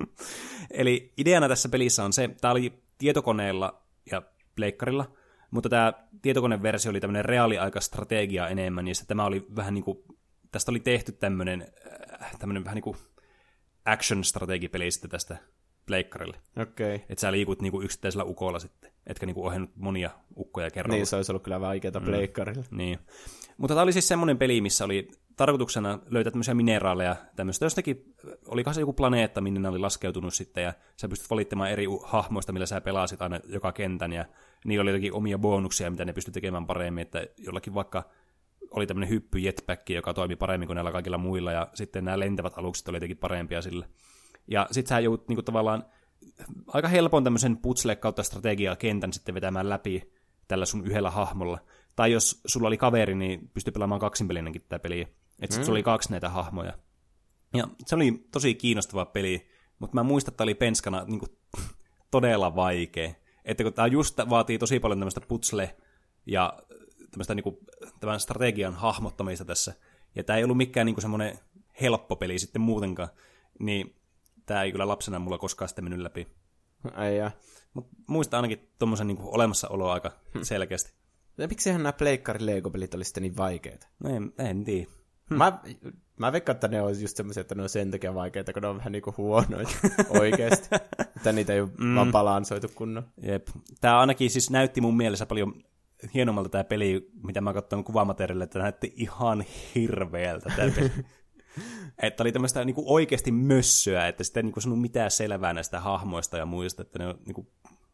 Eli ideana tässä pelissä on se, tää oli tietokoneella ja pleikkarilla, mutta tämä tietokoneversio oli tämmöinen reaaliaikastrategia enemmän, niin tämä oli vähän niin kuin, tästä oli tehty tämmöinen, tämmöinen vähän niin kuin action-strategipeli sitten tästä pleikkarille. Okei. Okay. Että sä liikut niin kuin yksittäisellä ukolla sitten, etkä niin kuin ohjannut monia ukkoja kerralla. Niin, se olisi ollut kyllä vaikeaa mm. pleikkarille. Niin. Mutta tämä oli siis semmoinen peli, missä oli tarkoituksena löytää tämmöisiä mineraaleja, tämmöistä jostakin, olikohan se joku planeetta, minne ne oli laskeutunut sitten, ja sä pystyt valittamaan eri hahmoista, millä sä pelasit aina joka kentän, ja niillä oli jotakin omia bonuksia, mitä ne pystyi tekemään paremmin, että jollakin vaikka oli tämmöinen hyppy jetpack, joka toimi paremmin kuin näillä kaikilla muilla, ja sitten nämä lentävät alukset oli jotenkin parempia sillä. Ja sit sä joudut niinku tavallaan aika helpon tämmöisen putsle kautta strategiaa kentän sitten vetämään läpi tällä sun yhdellä hahmolla. Tai jos sulla oli kaveri, niin pystyi pelaamaan kaksinpelinenkin tätä peliä. Että sit sulla oli kaksi näitä hahmoja. Ja se oli tosi kiinnostava peli, mutta mä muistan, että oli penskana niin kuin, todella vaikea. Että kun tää just vaatii tosi paljon tämmöistä putsle ja tämmöistä niin kuin, tämän strategian hahmottamista tässä. Ja tää ei ollut mikään niin kuin semmoinen helppo peli sitten muutenkaan. Niin tää ei kyllä lapsena mulla koskaan sitten mennyt läpi. Ai ja. Mut muistan ainakin tommosen niin kuin olemassaoloa aika hmm. selkeästi. Ja miksihän nämä pleikkarin Lego-pelit oli sitten niin vaikeita? No en, en tiedä. Hmm. Mä, mä veikkaan, että ne on just semmoisia, että ne on sen takia vaikeita, kun ne on vähän niinku huonoja oikeasti. Että niitä ei ole mm. vaan balansoitu kunnon. Jep. Tää ainakin siis näytti mun mielessä paljon hienommalta tää peli, mitä mä katsoin kuvamateriaalille, että näytti ihan hirveältä tää peli. Että oli tämmöistä niinku oikeasti mössöä, että sitten ei niinku sanonut mitään selvää näistä hahmoista ja muista, että ne on niinku,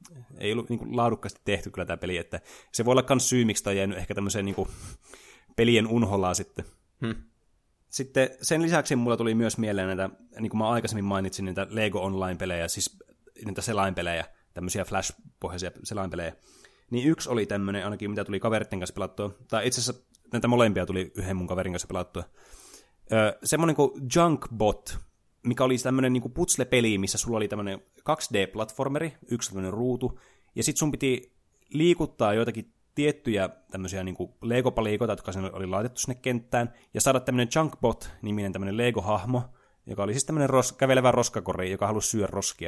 ei ollut niinku laadukkaasti tehty kyllä tämä peli, että se voi olla myös syy, miksi tämä on jäänyt ehkä tämmöiseen niinku pelien unhollaan sitten. Hmm. Sitten sen lisäksi mulla tuli myös mieleen näitä, niin kuin mä aikaisemmin mainitsin, niitä Lego Online-pelejä, siis niitä selainpelejä, tämmöisiä Flash-pohjaisia selainpelejä. Niin yksi oli tämmöinen, ainakin mitä tuli kaveritten kanssa pelattua, tai itse asiassa näitä molempia tuli yhden mun kaverin kanssa pelattua. Öö, semmoinen kuin Junkbot, mikä oli tämmöinen niin kuin putsle-peli, missä sulla oli tämmöinen kaksi D-platformeri, yksi tämmöinen ruutu, ja sit sun piti liikuttaa joitakin tiettyjä tämmöisiä niin kuin Lego-palikoita, jotka oli laitettu sinne kenttään, ja saada tämmöinen Junkbot-niminen tämmöinen Lego-hahmo, joka oli siis tämmöinen ros- kävelevä roskakori, joka halusi syödä roskia.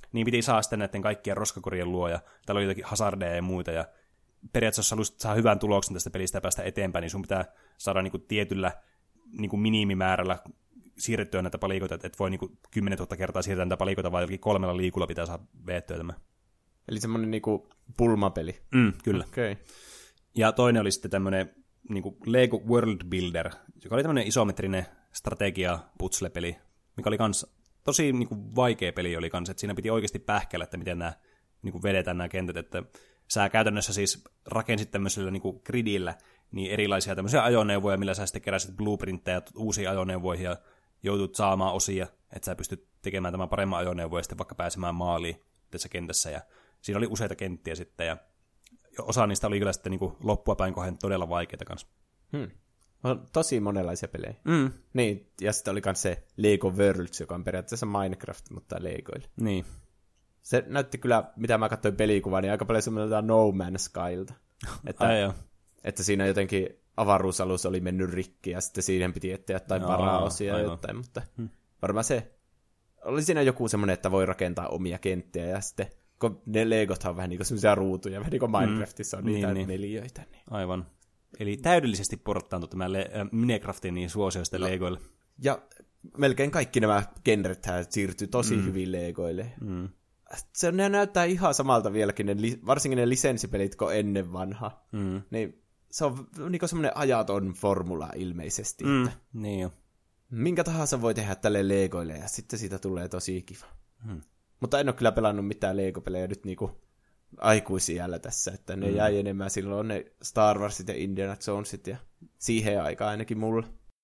niin piti saada sitten näiden kaikkien roskakorien luo, ja täällä oli jotakin hazardeja ja muita, ja periaatteessa jos haluaisit saada hyvän tuloksen tästä pelistä ja päästä eteenpäin, niin sun pitää saada niin kuin tietyllä niin kuin minimimäärällä siirrettyä näitä palikoita, että et voi niin kuin kymmenentuhatta kertaa siirtää näitä palikoita, vaan jollakin kolmella liikulla pitää saada veettyä tämä. Eli semmoinen niin kuin pulmapeli. Mm, kyllä. Okay. Ja toinen oli sitten tämmöinen niin kuin Lego World Builder, joka oli tämmöinen isometrinen strategia-putsle-peli, mikä oli kans tosi niin kuin vaikea peli oli kans, että siinä piti oikeasti pähkäillä, että miten nämä niin kuin vedetään nämä kentät, että sä käytännössä siis rakensit tämmöisellä niin kuin gridillä niin erilaisia tämmöisiä ajoneuvoja, millä sä sitten keräsit blueprintteja uusiin ajoneuvoihin ja joutut saamaan osia, että sä pystyt tekemään tämän paremman ajoneuvon ja sitten vaikka pääsemään maaliin tässä kentässä. Ja siinä oli useita kenttiä sitten ja osa niistä oli kyllä sitten niin kuin loppua päin kohden todella vaikeita kanssa. Hmm. On tosi monenlaisia pelejä. Mm. Niin, ja sitten oli myös se Lego Worlds, joka on periaatteessa Minecraft, mutta Legoille. Niin. Se näytti kyllä, mitä mä katsoin pelikuvaa, niin aika paljon semmoilta No Man's Skylta. Että, Ai joo. että siinä jotenkin avaruusalus oli mennyt rikki, ja sitten siihen piti etsiä jotain varaosia ja jotain, mutta hmm. varmaan se oli siinä joku semmoinen, että voi rakentaa omia kenttiä, ja sitten kun ne Legothan on vähän niin kuin semmoisia ruutuja, vähän niin kuin Minecraftissa on niitä niin, neliöitä. Niin. Aivan. Eli täydellisesti porttaantui tämä Le- äh, Minecraftin niin suosioista no. Legoille. Ja melkein kaikki nämä genrethän siirtyi tosi mm. hyvin Legoille. Mm. Se ne näyttää ihan samalta vieläkin, ne li- varsinkin ne lisenssipelit, kun ennen vanha. Mm. Niin se on niin semmoinen ajaton formula ilmeisesti. Mm. Että niin jo. minkä tahansa voi tehdä tälle Legoille, ja sitten siitä tulee tosi kiva. Mm. Mutta en ole kyllä pelannut mitään Lego-pelejä nyt niinku aikuisiällä tässä, että ne mm. jäi enemmän silloin ne Star Warsit ja Indiana Jonesit, ja siihen aikaan ainakin mulla.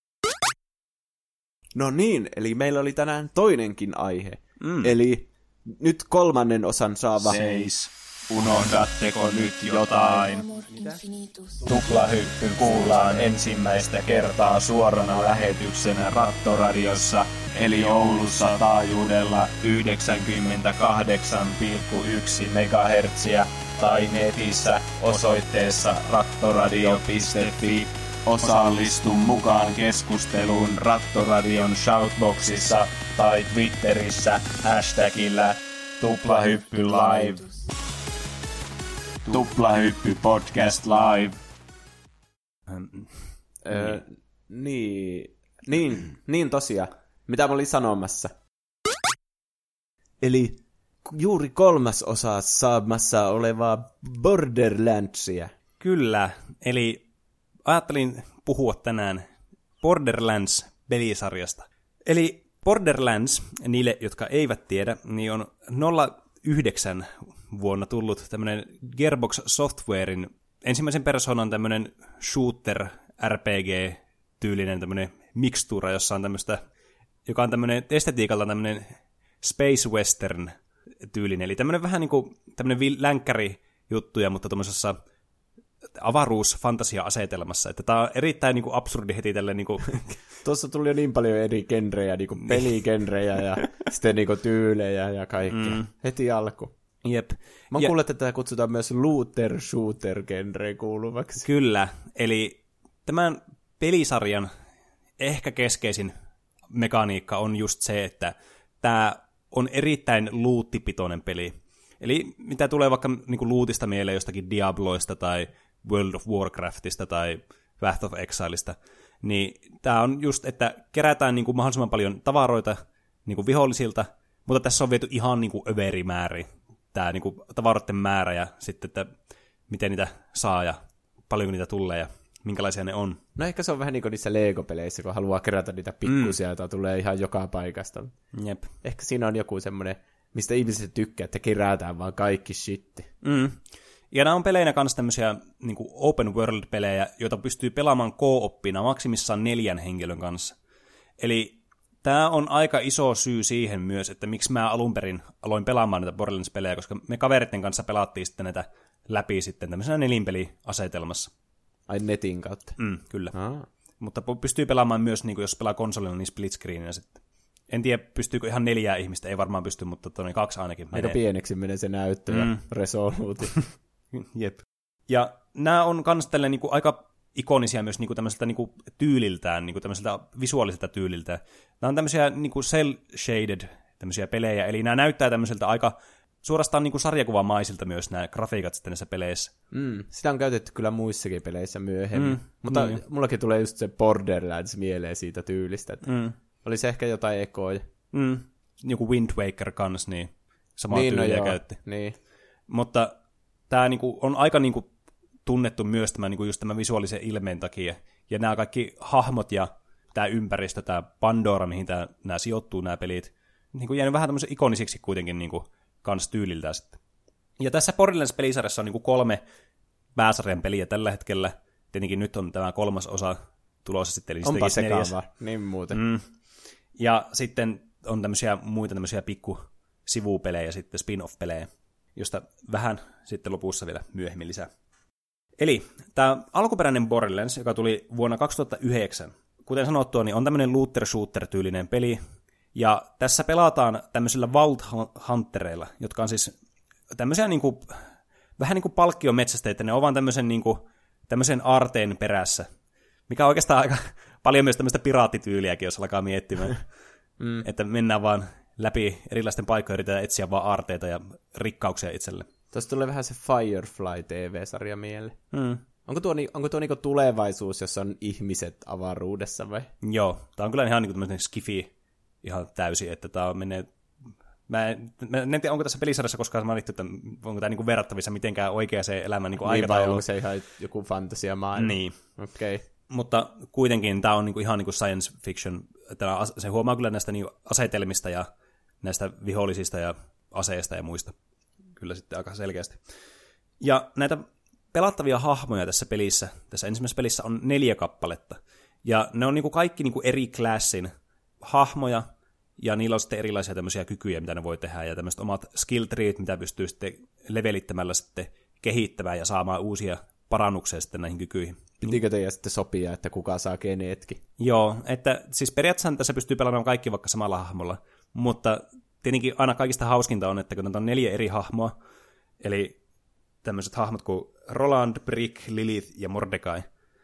No niin, eli meillä oli tänään toinenkin aihe. Mm. Eli nyt kolmannen osan saava... Seis, unohdatteko nyt jotain? Tuplahyppy kuullaan ensimmäistä kertaa suorana lähetyksenä Rattoradiossa, eli Oulussa taajuudella yhdeksänkymmentäkahdeksan pilkku yksi megahertsiä tai netissä osoitteessa rattoradio piste fi. Osallistu mukaan keskusteluun Rattoradion shoutboxissa tai Twitterissä hashtagillä Tuplahyppy Live. Tuplahyppy Podcast Live. Öö, niin, niin, niin tosiaan. Mitä mä olin sanomassa? Eli juuri kolmas osa saamassa olevaa Borderlandsia. Kyllä, eli ajattelin puhua tänään Borderlands-pelisarjasta. Eli Borderlands, niille, jotka eivät tiedä, niin on nolla yhdeksän vuonna tullut tämmöinen Gearbox Softwarein ensimmäisen persoonan tämmöinen shooter R P G-tyylinen tämmöinen mikstuura, jossa on tämmöistä, joka on tämmöinen estetiikalta tämmöinen space western tyylinen, eli tämmöinen vähän niin kuin tämmöinen länkkäri juttuja, mutta tuommoisessa avaruusfantasia-asetelmassa, että tämä on erittäin niin kuin absurdi heti tälleen niin kuin... Tuossa tuli jo niin paljon eri genrejä, niin kuin peligenrejä ja sitten niin kuin tyylejä ja kaikkea. Mm. Heti alku. Jep. Mä kuulen, että tätä kutsutaan myös looter-shooter-genreen kuuluvaksi. Kyllä, eli tämän pelisarjan ehkä keskeisin mekaniikka on just se, että tämä on erittäin luuttipitoinen peli. Eli mitä tulee vaikka niin kuin luutista mieleen jostakin Diabloista tai World of Warcraftista tai Wrath of Exileista, niin tämä on just, että kerätään niin kuin mahdollisimman paljon tavaroita niin kuin vihollisilta, mutta tässä on viety ihan niin kuin överimäärin tämä niin kuin tavaroiden määrä ja sitten, että miten niitä saa ja paljonko niitä tulee ja minkälaisia ne on. No ehkä se on vähän niin kuin niissä Lego-peleissä, kun haluaa kerätä niitä pikkusia, mm. joita tulee ihan joka paikasta. Jep. Ehkä siinä on joku semmoinen, mistä ihmiset tykkää, että kerätään vaan kaikki shitti. Mm. Ja nämä on peleinä kanssa tämmöisiä niin kuin open world-pelejä, joita pystyy pelaamaan co-oppina maksimissaan neljän henkilön kanssa. Eli tämä on aika iso syy siihen myös, että miksi mä alun perin aloin pelaamaan näitä Borderlands-pelejä, koska me kaveritten kanssa pelattiin sitten näitä läpi sitten tämmöisenä nelinpeliasetelmassa. Ai netin kautta? Mm, kyllä. Aa. Mutta pystyy pelaamaan myös, niin kuin jos pelaa konsolilla, niin split screeninä sitten. En tiedä, pystyykö ihan neljää ihmistä, ei varmaan pysty, mutta tuonne kaksi ainakin menee. Aika pieneksi menee se näyttö mm. ja resoluuti. Jep. Ja nämä on kans tälleen niin kuin aika ikonisia myös niin kuin tämmöiseltä niin kuin tyyliltään, niin kuin tämmöiseltä visuaaliselta tyyliltään. Nämä on tämmöisiä niin kuin cel-shaded tämmöisiä pelejä. Eli nämä näyttää tämmöiseltä aika suorastaan niin kuin sarjakuvamaisilta myös nämä grafiikat sitten näissä peleissä. Mm, sitä on käytetty kyllä muissakin peleissä myöhemmin. Mm, mutta niin. Mullakin tulee just se Borderlands mieleen siitä tyylistä. Että mm. oli se ehkä jotain ekoja. Mm. Joku Wind Waker kans, niin samaa niin, tyyliä no käytti. Niin. Mutta tämä niinku on aika niinku tunnettu myös tämä, niinku just tämä visuaalisen ilmeen takia. Ja nämä kaikki hahmot ja tämä ympäristö, tämä Pandora, mihin tää, nämä sijoittuu, nämä pelit, niinku jäänyt vähän tämmöisen ikonisiksi kuitenkin niinku kans tyyliltään sitten. Ja tässä Borderlands-pelisarjassa on niinku kolme pääsarjan peliä tällä hetkellä. Tietenkin nyt on tämä kolmas osa tulossa sitten. Eli onpa sekaava, niin muuten. Mm. Ja sitten on tämmöisiä muita tämmöisiä pikku sivupelejä, sitten spin-off-pelejä, josta vähän sitten lopussa vielä myöhemmin lisää. Eli tämä alkuperäinen Borderlands, joka tuli vuonna kaksituhattayhdeksän, kuten sanottua, niin on tämmöinen looter-shooter-tyylinen peli, ja tässä pelataan tämmöisillä Vault Huntereilla, jotka on siis tämmöisiä niinku, vähän niin kuin palkkiometsästeitä, ne on vaan tämmöisen, niinku, tämmöisen aarteen perässä, mikä on oikeastaan aika paljon myös tämmöistä piraattityyliäkin, jos alkaa miettimään. Mm. Että mennään vaan läpi erilaisten paikkojen, yritetään etsiä vaan aarteita ja rikkauksia itselle. Tuossa tulee vähän se Firefly T V-sarja mieleen. Mm. Onko tuo, onko tuo niinku tulevaisuus, jossa on ihmiset avaruudessa vai? Joo, tämä on kyllä ihan niinku tämmöinen skifi ihan täysin, että tämä menee... Mä en, mä en tiedä, onko tässä pelisarjassa koskaan mainittu, että onko tämä niinku verrattavissa mitenkään oikea se elämän niinku aikataulu. Niin vai onko se ihan joku fantasiamaailma? Niin. Okei. Okay. Mutta kuitenkin tämä on niinku ihan niinku science fiction. Tämä, se huomaa kyllä näistä niinku asetelmista ja näistä vihollisista ja aseista ja muista. Kyllä sitten aika selkeästi. Ja näitä pelattavia hahmoja tässä pelissä, tässä ensimmäisessä pelissä on neljä kappaletta. Ja ne on niinku kaikki niinku eri klassin hahmoja, ja niillä on sitten erilaisia tämmöisiä kykyjä, mitä ne voi tehdä, ja tämmöiset omat skill treet, mitä pystyy sitten levelittämällä sitten kehittämään ja saamaan uusia parannuksia sitten näihin kykyihin. Pitikö teidän sitten sopia, että kuka saa keneetkin? Joo, että siis periaatteessa tässä pystyy pelaamaan kaikki vaikka samalla hahmolla, mutta tietenkin aina kaikista hauskinta on, että kun on neljä eri hahmoa, eli tämmöiset hahmot kuin Roland, Brick, Lilith ja Mordecai,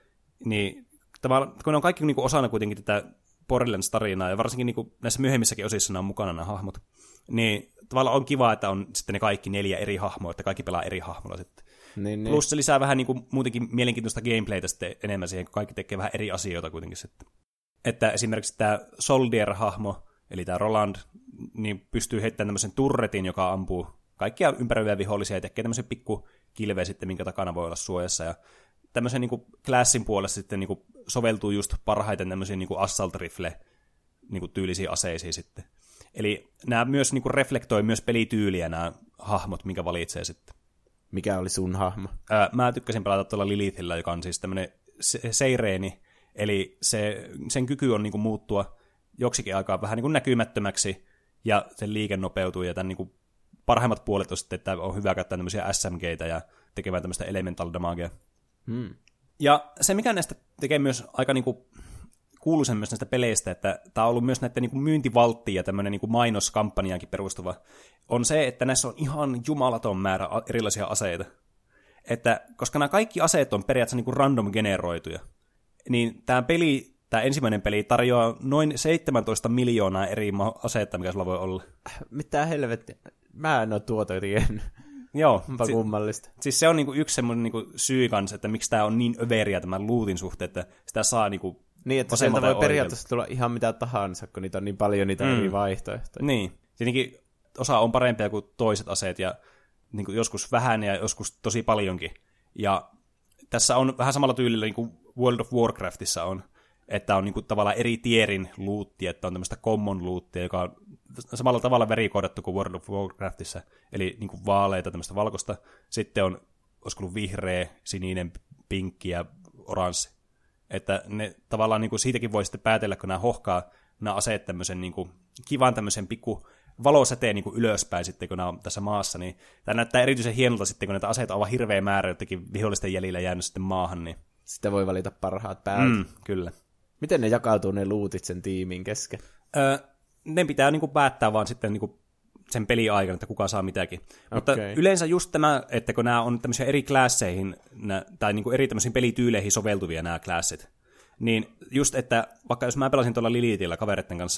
niin kun ne on kaikki niin kuin osana kuitenkin tätä Borderlands-tarinaa, ja varsinkin niin kuin näissä myöhemmissäkin osissa ne on mukana nämä hahmot, niin tavallaan on kiva, että on sitten ne kaikki neljä eri hahmoa, että kaikki pelaa eri hahmolla sitten. Niin, Plus se lisää vähän niin kuin muutenkin mielenkiintoista gameplaytä sitten enemmän siihen, kun kaikki tekee vähän eri asioita kuitenkin sitten. Että esimerkiksi tämä Soldier-hahmo, eli tämä Roland, niin pystyy heittämään tämmöisen turretin, joka ampuu kaikkia ympäröiviä vihollisia ja tekee tämmöisen pikku kilveä sitten, minkä takana voi olla suojassa. Ja tämmöisen niin kuin classin puolesta sitten niin kuin soveltuu just parhaiten tämmöisiin niin kuin assault rifle niin kuin tyylisiin aseisiin sitten. Eli nämä myös niin kuin reflektoi myös pelityyliä nämä hahmot, minkä valitsee sitten. Mikä oli sun hahmo? Ää, mä tykkäsin pelata tuolla Lilithillä, joka on siis tämmöinen se- seireeni, eli se, sen kyky on niin kuin muuttua joksikin aikaa vähän niin kuin näkymättömäksi, ja sen liike nopeutuu, ja tämän niin kuin parhaimmat puolet on sitten, että on hyvä käyttää tämmöisiä S M G:tä ja tekemään tämmöistä elemental damagea. Hmm. Ja se, mikä näistä tekee myös aika niin kuin kuuluisen myös näistä peleistä, että tämä on ollut myös näiden niin kuin myyntivalttiin ja tämmöinen niin kuin mainoskampanjaankin perustuva, on se, että näissä on ihan jumalaton määrä erilaisia aseita. Että koska nämä kaikki aseet on periaatteessa niin kuin random-generoituja, niin tämä peli, tämä ensimmäinen peli tarjoaa noin seitsemäntoista miljoonaa eri aseita, mikä sulla voi olla. Mitä helvettiä? Mä en ole tuota tiennyt. Joo. Onpa si- kummallista. Siis se on niinku yksi semmoinen niinku syy kanssa, että miksi tämä on niin överiä tämän lootin suhteen, että sitä saa niinku niin, että sieltä voi periaatteessa tulla ihan mitä tahansa, kun niitä on niin paljon niitä mm. eri vaihtoehtoja. Niin. Tietenkin osa on parempia kuin toiset aseet, ja niin kuin joskus vähän ja joskus tosi paljonkin. Ja tässä on vähän samalla tyylillä niin kuin World of Warcraftissa on, että on niin kuin tavallaan eri tierin lootia, että on tämmöistä common lootia, joka on samalla tavalla verikoodattu kuin World of Warcraftissa, eli niin kuin vaaleita, tämmöistä valkoista. Sitten on, olisiko ollut vihreä, sininen, pinkki ja oranssi. Että ne tavallaan niin kuin siitäkin voi sitten päätellä, kun nämä hohkaa nämä aseet tämmöisen niin kuin kivan tämmöisen pikku valosäteen niin kuin ylöspäin sitten, kun nämä on tässä maassa, niin tämä näyttää erityisen hienolta sitten, kun näitä aseita on vaan hirveä määrä jotenkin vihollisten jäljillä jäänyt sitten maahan. Niin sitten voi valita parhaat päältä. Mm, kyllä. Miten ne jakautuu ne lootit sen tiimin kesken? Öö, ne pitää niin kuin päättää vaan sitten niin kuin sen pelin aikana, että kuka saa mitäkin. Okay. Mutta yleensä just tämä, että kun nämä on tämmöisiä eri klasseihin, tai niin kuin eri tämmöisiin pelityyleihin soveltuvia nämä klassit, niin just, että vaikka jos mä pelasin tuolla Lilithillä kavereiden kanssa,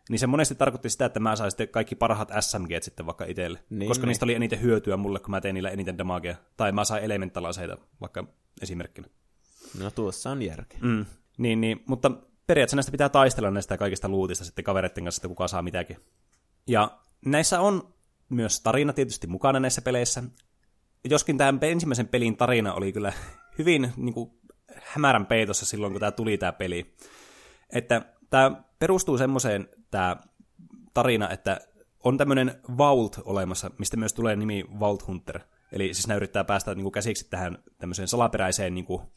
niin se monesti tarkoitti sitä, että mä sain sitten kaikki parhaat S M G:t sitten vaikka itselle, niin, koska niin. niistä oli eniten hyötyä mulle, kun mä tein niillä eniten damagea. Tai mä sain elemental-aseita vaikka esimerkkinä. No tuossa on järkeä. Mm. Niin, niin, mutta periaatteessa näistä pitää taistella näistä kaikista lootista sitten kavereiden kanssa, että kuka saa mitäkin. Ja näissä on myös tarina tietysti mukana näissä peleissä. Joskin tämän ensimmäisen pelin tarina oli kyllä hyvin niin kuin, hämärän peitossa silloin, kun tämä tuli tämä peli. Että tämä perustuu semmoiseen tämä tarina, että on tämmöinen Vault olemassa, mistä myös tulee nimi Vault Hunter. Eli siis ne yrittää päästä niin kuin, käsiksi tähän tämmöiseen salaperäiseen, niin kuin,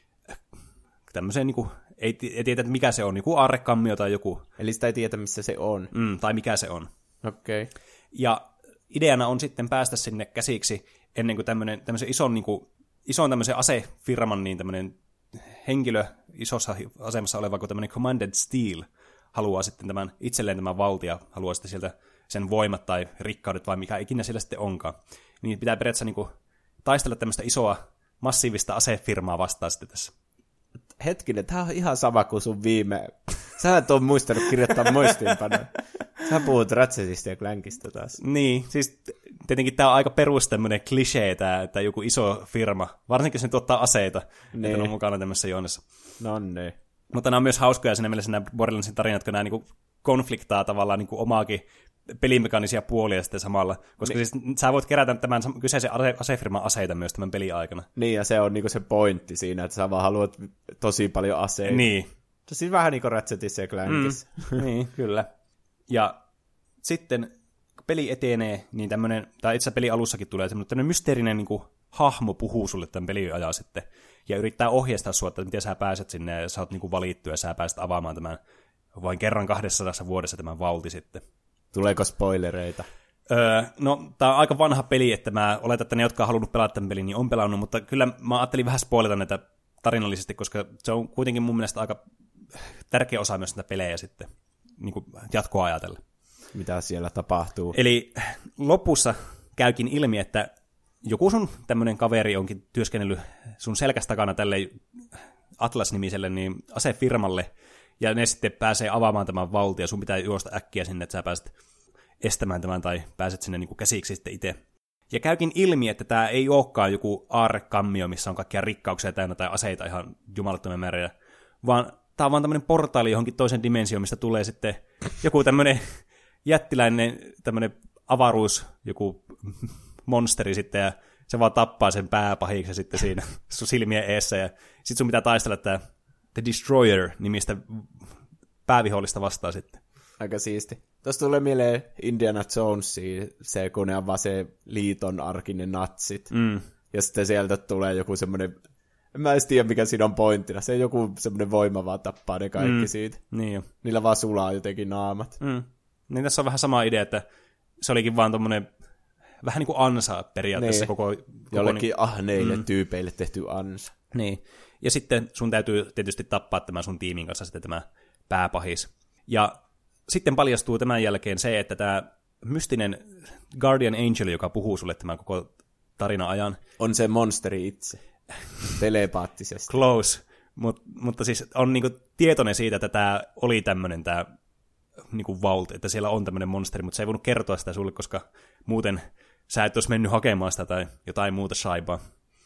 tämmöiseen, niin kuin, ei, ei tiedä mikä se on, joku aarrekammio tai joku. Eli sitä ei tiedä missä se on. Mm, tai mikä se on. Okei. Okay. Ja ideana on sitten päästä sinne käsiksi ennen kuin tämmöinen, tämmöisen ison, niin kuin, ison tämmöisen asefirman niin tämmöinen henkilö isossa asemassa oleva kuin tämmöinen Commanded Steel haluaa sitten tämän itselleen tämän valtia, haluaa sitten sieltä sen voimat tai rikkaudet vai mikä ikinä siellä sitten onkaan. Niin pitää periaatteessa niin kuin, taistella tämmöistä isoa massiivista asefirmaa vastaan sitten tässä. Hetkinen, tämä on ihan sama kuin sun viime... Sä et ole muistanut kirjoittaa muistiinpanoja. Sä puhut Ratchetista ja Clankista taas. Niin, siis tietenkin tämä on aika perus tämmöinen klisee, tämä, että joku iso firma, varsinkin jos ne tuottaa aseita, niin. Että ne on mukana tämmöisessä juonessa. No niin. Mutta nämä on myös hauskoja siinä mielessä nämä Borderlandsin tarinat, kun nämä niinku konfliktaa tavallaan niinku omaakin pelimekaanisia puolia sitten samalla. Koska niin. Siis sä voit kerätä tämän kyseisen asefirman aseita myös tämän pelin aikana. Niin, ja se on niinku se pointti siinä, että sä vaan haluat tosi paljon aseita. Niin. Siis vähän niin kuin Ratchetissa ja Clankissa. Mm, niin, kyllä. Ja sitten kun peli etenee, niin tämmöinen, tai itse asiassa peli alussakin tulee tämmöinen mysteerinen niin kuin, hahmo puhuu sulle tämän pelin ajan sitten, ja yrittää ohjeistaa sua, että miten sä pääset sinne, ja sä oot niin kuin, valittu, ja sä pääset avaamaan tämän vain kerran kahdessasadassa vuodessa tämän valti sitten. Tuleeko spoilereita? Öö, no, tää on aika vanha peli, että mä oletan, että ne, jotka on halunnut pelata tämän pelin, niin on pelannut, mutta kyllä mä ajattelin vähän spoilata näitä tarinallisesti, koska se on kuitenkin mun mielestä aika tärkeä osa myös näitä pelejä sitten niin kuin jatkoa ajatella. Mitä siellä tapahtuu? Eli lopussa käykin ilmi, että joku sun tämmöinen kaveri onkin työskennellyt sun selkästä takana tälle Atlas-nimiselle niin asefirmalle, ja ne sitten pääsee avaamaan tämän valtion, ja sun pitää juosta äkkiä sinne, että sä pääset estämään tämän, tai pääset sinne niin kuin käsiksi sitten itse. Ja käykin ilmi, että tämä ei olekaan joku aarrekammio, missä on kaikkia rikkauksia täynnä tai aseita ihan jumalattomia määriä, vaan tämä on vaan tämmöinen portaali johonkin toisen dimensioon, mistä tulee sitten joku tämmöinen jättiläinen tämmöinen avaruus, joku monsteri sitten, ja se vaan tappaa sen pääpahiksi sitten siinä sun silmien eessä, ja sitten sun pitää taistella tämä The Destroyer-nimistä päävihollista vastaan sitten. Aika siisti. Tuosta tulee mieleen Indiana Jones, se kun ne on vaan se liiton arkinen natsit, mm. ja sitten sieltä tulee joku semmoinen, en mä edes tiedä mikä siinä on pointtina, se joku semmoinen voima vaan tappaa ne kaikki mm. siitä. Niin jo. Niillä vaan sulaa jotenkin naamat. Mm. Niin tässä on vähän sama idea, että se olikin vaan tommonen vähän niin kuin ansa periaatteessa niin. koko, koko... Jollekin niin... ahneille mm. tyypeille tehty ansa. Niin. Ja sitten sun täytyy tietysti tappaa tämän sun tiimin kanssa sitten tämä pääpahis. Ja sitten paljastuu tämän jälkeen se, että tämä mystinen Guardian Angel, joka puhuu sulle tämän koko tarina ajan... On se monsteri itse. Telepaattisesti. Close. Mut, mutta siis on niinku tietoinen siitä, että tämä oli tämmöinen tämä niinku Vault, että siellä on tämmöinen monsteri, mutta se ei voinut kertoa sitä sulle, koska muuten sä et olisi mennyt hakemaan sitä tai jotain muuta shaibaa.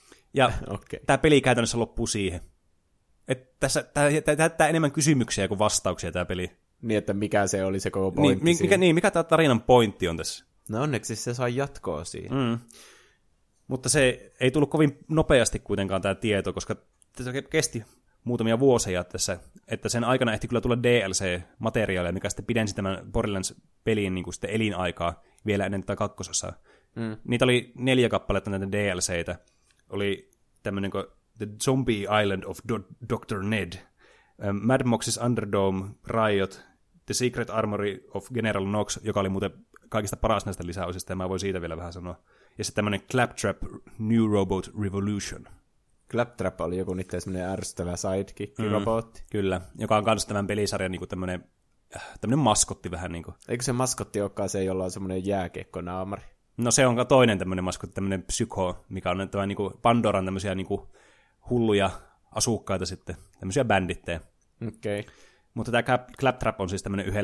Ja okay. Tämä peli käytännössä loppuu siihen. Että tässä tämä täyttää enemmän kysymyksiä kuin vastauksia tämä peli. Niin, että mikä se oli se koko pointti niin, mikä, niin, mikä tämä tarinan pointti on tässä? No onneksi se saa jatkoa siihen. Mm. Mutta se ei tullut kovin nopeasti kuitenkaan tämä tieto, koska se kesti muutamia vuosia tässä, että sen aikana ehti kyllä tulla D L C-materiaalia, mikä sitten pidensi tämän Borderlands-pelin niin kuin sitten elinaikaa vielä ennen tätä kakkososaa. Mm. Niitä oli neljä kappaletta näitä D L C:tä. Oli tämmöinen kuin The Zombie Island of Do- doctor Ned, Mad Mox's Underdome, Riot, The Secret Armory of General Knox, joka oli muuten kaikista paras näistä lisäosista, ja mä voin siitä vielä vähän sanoa. Ja sitten tämmöinen Claptrap New Robot Revolution. Claptrap oli joku niiden semmoinen ärsyttävä sidekick-robotti. Mm, kyllä, joka on kanssa tämän pelisarjan niin kuin tämmöinen, tämmöinen maskotti vähän niin kuin. Eikö se maskotti olekaan se, jolla on semmoinen jääkiekkonaamari? No se on toinen tämmöinen maskotti, tämmöinen psyko, mikä on tämä niin kuin Pandoran tämmöisiä niin kuin hulluja asukkaita sitten, tämmöisiä bändittejä. Okei. Okay. Mutta tämä Claptrap on siis tämmöinen yhdellä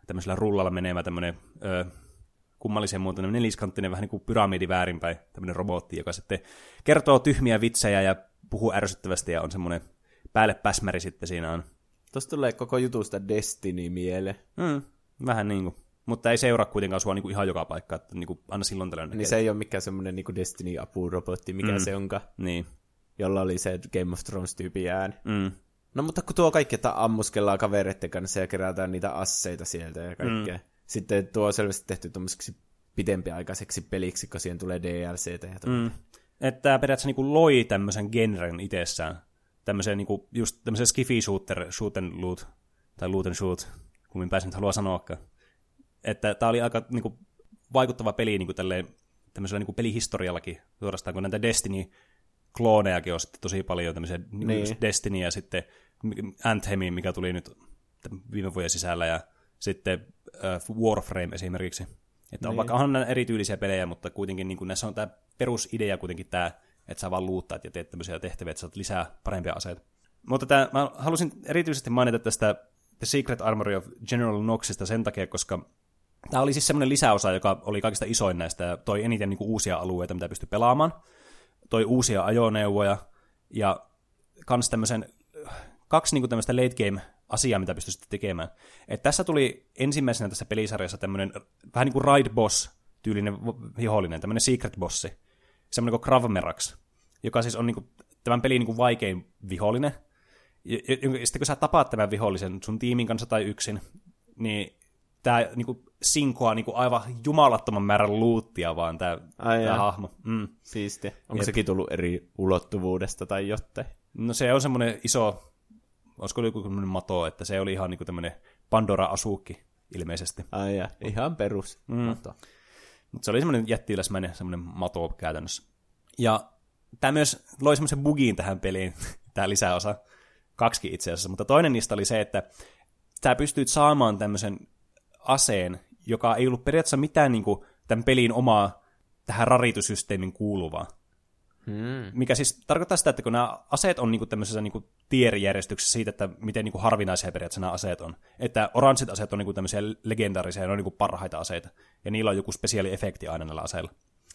tämmöisellä rullalla menemä tämmöinen ö, kummallisen muotoinen neliskanttinen, vähän niin kuin pyramidi väärinpäin, tämmöinen robotti, joka sitten kertoo tyhmiä vitsejä ja puhuu ärsyttävästi ja on semmoinen päälle päsmäri sitten siinä on. Tuossa tulee koko jutusta Destiny mieleen. Mm, vähän niin kuin. Mutta ei seuraa kuitenkaan sua niinku ihan joka paikka, että niinku aina silloin tällöin. Niin se ei ole mikään semmoinen niinku Destiny-apurobotti, mikä mm. se onkaan. Niin. Jolla oli se Game of Thrones-tyyppi ääni. Mm. No mutta kun tuo kaikki, että ammuskellaan kavereiden kanssa ja kerätään niitä asseita sieltä ja kaikkea. Mm. Sitten tuo on selvästi tehty tuommoiseksi pitempiaikaiseksi peliksi, kun siihen tulee D L C:tä. Ja mm. että periaatteessa niinku loi tämmöisen genren itsessään. Tämmöisen niinku, just tämmöisen skifi-shooter, shoot and loot, tai loot and shoot, kummin pääsin nyt haluaa sanoakaan. Että tämä oli aika niinku, vaikuttava peli niinku, tälleen, tämmöisellä niinku, pelihistoriallakin suorastaan, kun näitä Destiny-kloonejakin on sitten tosi paljon, tämmöisiä niin. Niinku, Destiny ja sitten Anthemiin, mikä tuli nyt viime vuoden sisällä, ja sitten uh, Warframe esimerkiksi. Että on niin. Vaikka onhan nämä erityylisiä pelejä, mutta kuitenkin niin näissä on tämä perusidea kuitenkin tämä, että sä vaan luuttaat ja teet tämmöisiä tehtäviä, että saat lisää parempia aseita. Mutta tämä, mä halusin erityisesti mainita tästä The Secret Armory of General Knoxista sen takia, koska tämä oli siis semmoinen lisäosa, joka oli kaikista isoin näistä ja toi eniten niin kuin uusia alueita, mitä pystyi pelaamaan. Toi uusia ajoneuvoja ja kans tämmöisen kaksi niin kuin tämmöistä late game asiaa, mitä pystyi sitten tekemään. Et tässä tuli ensimmäisenä tässä pelisarjassa tämmöinen vähän niin kuin raid boss-tyylinen vihollinen, tämmöinen secret bossi, semmoinen kuin Krav Merax, joka siis on niin kuin tämän pelin niin kuin vaikein vihollinen. Ja sitten kun sä tapaat tämän vihollisen sun tiimin kanssa tai yksin, niin tämä niinku sinkoaa niinku aivan jumalattoman määrän luuttia vaan tämä hahmo. Mm. Siistiä. Onko Jep. sekin tullut eri ulottuvuudesta tai jotain? No se on semmoinen iso, olisiko joku semmoinen mato, että se oli ihan niinku tämmöinen Pandora-asuukki ilmeisesti. Ai ja, ihan perus mm. mato. Mutta se oli semmoinen jättiläismäinen semmoinen mato käytännössä. Ja tämä myös loi semmoisen bugin tähän peliin, tämä lisäosa. Kaksikin itse asiassa, mutta toinen niistä oli se, että sä pystyit saamaan tämmöisen aseen, joka ei ollut periaatteessa mitään niin kuin, tämän pelin omaa tähän raritusysteemin kuuluvaa. Hmm. Mikä siis tarkoittaa sitä, että kun nämä aseet on niin kuin tämmöisessä niin kuin tier-järjestyksessä siitä, että miten niin kuin harvinaisia periaatteessa nämä aseet on. Että oranssit aseet on niin kuin tämmöisiä legendaarisia, ne on niin kuin parhaita aseita, ja niillä on joku spesiaali efekti aina näillä aseilla.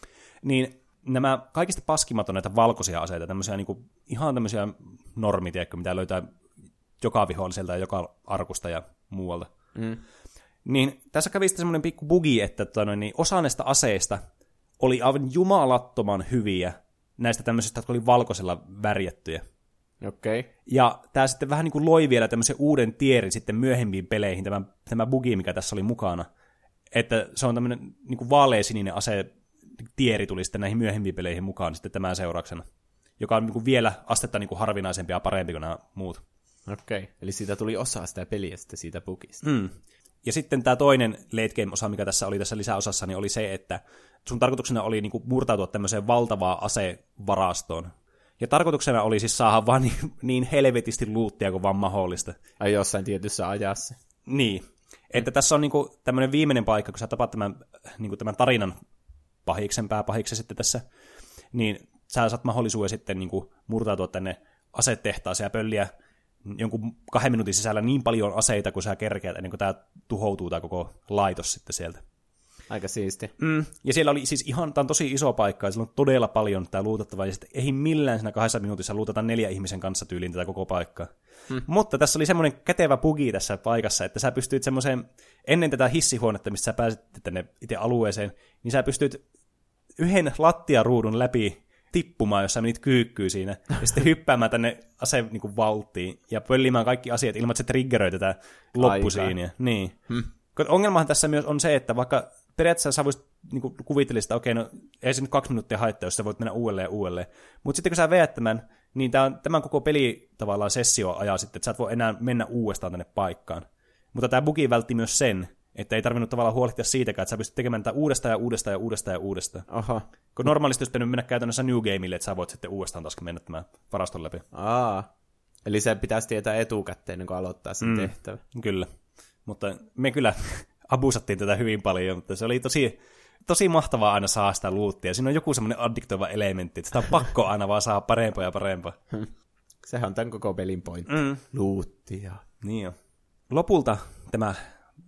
Niin nämä kaikista paskimmat on näitä valkoisia aseita, tämmöisiä niin kuin, ihan tämmöisiä normitiekko, mitä löytää joka viholliselta ja joka arkusta ja muualta. Mm. Niin tässä kävi sitten semmoinen pikku bugi, että tota, niin osa näistä aseista oli aivan jumalattoman hyviä näistä tämmöisistä, jotka oli valkoisella värjättyjä. Okei. Okay. Ja tämä sitten vähän niin kuin loi vielä tämmöisen uuden tierin sitten myöhempiin peleihin, tämä, tämä bugi, mikä tässä oli mukana. Että se on tämmöinen niin kuin vaaleasininen ase, tieri tuli sitten näihin myöhempiin peleihin mukaan sitten tämän seurauksena, joka on niin kuin vielä astetta niin kuin harvinaisempi ja parempi kuin nämä muut. Okei, okay. Eli siitä tuli osa sitä peliä sitten siitä bugista. Mm. Ja sitten tämä toinen late game-osa, mikä tässä oli tässä lisäosassa, niin oli se, että sun tarkoituksena oli niin kuin murtautua tämmöiseen valtavaan asevarastoon. Ja tarkoituksena oli siis saada vaan niin, niin helvetisti luuttia kuin vaan mahdollista. Ai jossain tietyssä ajassa. Niin. Että tässä on niin kuin tämmöinen viimeinen paikka, kun sä tapaat tämän, niin kuin tämän tarinan pahiksen, pääpahiksen sitten tässä, niin sä saat mahdollisuuden sitten niin kuin murtautua tänne asetehtaaseen ja pölliä jonkun kahden minuutin sisällä niin paljon aseita, kun sä kerkeät, ennen kuin tämä tuhoutuu tämä koko laitos sitten sieltä. Aika siisti. Mm, ja siellä oli siis ihan, tämä on tosi iso paikka, ja siellä on todella paljon tämä luutattavaa, ja sitten ei millään siinä kahdessa minuutissa luutata neljä ihmisen kanssa tyyliin tätä koko paikkaa. Hmm. Mutta tässä oli semmoinen kätevä bugi tässä paikassa, että sä pystyit semmoiseen, ennen tätä hissihuonetta, mistä sä pääsit tänne itse alueeseen, niin sä pystyit yhden lattiaruudun läpi tippumaan, jos sä menit kyykkyyn siinä, ja sitten hyppäämään tänne aseen niin kuin valttiin, ja pöllimään kaikki asiat ilman, että se triggeröi tätä loppusiiniä. Niin. Hmm. Ongelmahan tässä myös on se, että vaikka periaatteessa sä voisit niin kuvitella sitä, okei, no ei se nyt kaksi minuuttia haittaa, jos sä voit mennä uudelleen ja uudelleen. Mutta sitten kun sä veät tämän, niin tämän, tämän koko peli tavallaan sessio ajaa sitten, että sä et voi enää mennä uudestaan tänne paikkaan. Mutta tämä bugi vältti myös sen, että ei tarvinnut tavallaan huolehtia siitäkään, että sä pystyt tekemään tätä uudestaan ja uudestaan ja uudestaan ja uudestaan. Aha. Kun normaalisti olisi pitänyt mennä käytännössä New Gameille, että sä voit sitten uudestaan taas mennä tämän varaston läpi. Aa. Eli se pitäisi tietää etukäteen, niin kun aloittaa sen mm. tehtävä. Kyllä. Mutta me kyllä abusattiin tätä hyvin paljon, mutta se oli tosi, tosi mahtavaa aina saada sitä luuttia. Siinä on joku semmoinen addiktoiva elementti, että sitä on pakko aina vaan saada parempaa ja parempaa. Sehän on tämän koko pelin pointti. Mm. Luuttia. Niin jo. Lopulta tämä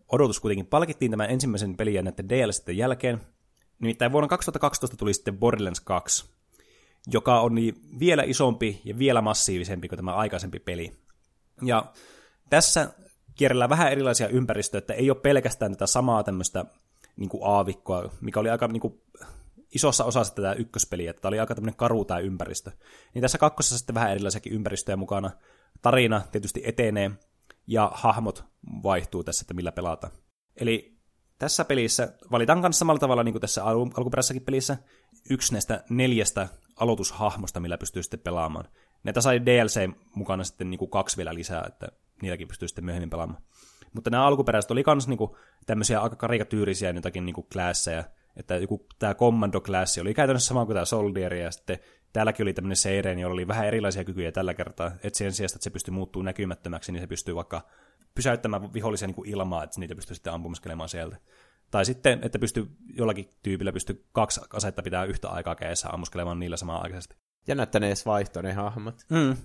odotus kuitenkin palkittiin tämän ensimmäisen pelin ja näiden D L C:den jälkeen. Nimittäin vuonna kaksituhattakaksitoista tuli sitten Borderlands kaksi, joka on niin vielä isompi ja vielä massiivisempi kuin tämä aikaisempi peli. Ja tässä kierrellään vähän erilaisia ympäristöjä, että ei ole pelkästään tätä samaa tämmöistä niin kuin aavikkoa, mikä oli aika niin kuin isossa osassa tätä ykköspeliä, että tämä oli aika tämmöinen karu tämä ympäristö. Niin tässä kakkosessa sitten vähän erilaisiakin ympäristöjä mukana. Tarina tietysti etenee, ja hahmot vaihtuu tässä, että millä pelataan. Eli tässä pelissä valitaan myös samalla tavalla niin kuin tässä al- alkuperäisessäkin pelissä yksi näistä neljästä aloitushahmosta, millä pystyy sitten pelaamaan. Näitä sai D L C mukana sitten niin kuin kaksi vielä lisää, että niilläkin pystyy sitten myöhemmin pelaamaan. Mutta nämä alkuperäiset oli myös niin kuin tämmöisiä aika karikatyyrisiä jotakin niin kuin klasseja, että joku tämä Commando-klassi oli käytännössä sama kuin tämä Soldier, ja sitten täälläkin oli tämmöinen Seiren, jolla oli vähän erilaisia kykyjä tällä kertaa, että sen sijaan, että se pystyy muuttumaan näkymättömäksi, niin se pystyy vaikka pysäyttämään vihollisia niin kuin ilmaa, että niitä pystyy sitten ampumiskelemaan sieltä. Tai sitten, että pystyy jollakin tyypillä pystyy kaksi asetta pitää yhtä aikaa kädessä ammuskelemaan niillä samaan aikaisesti. Ja näyttää ne edes vaihtoi ne hahmot. Mm.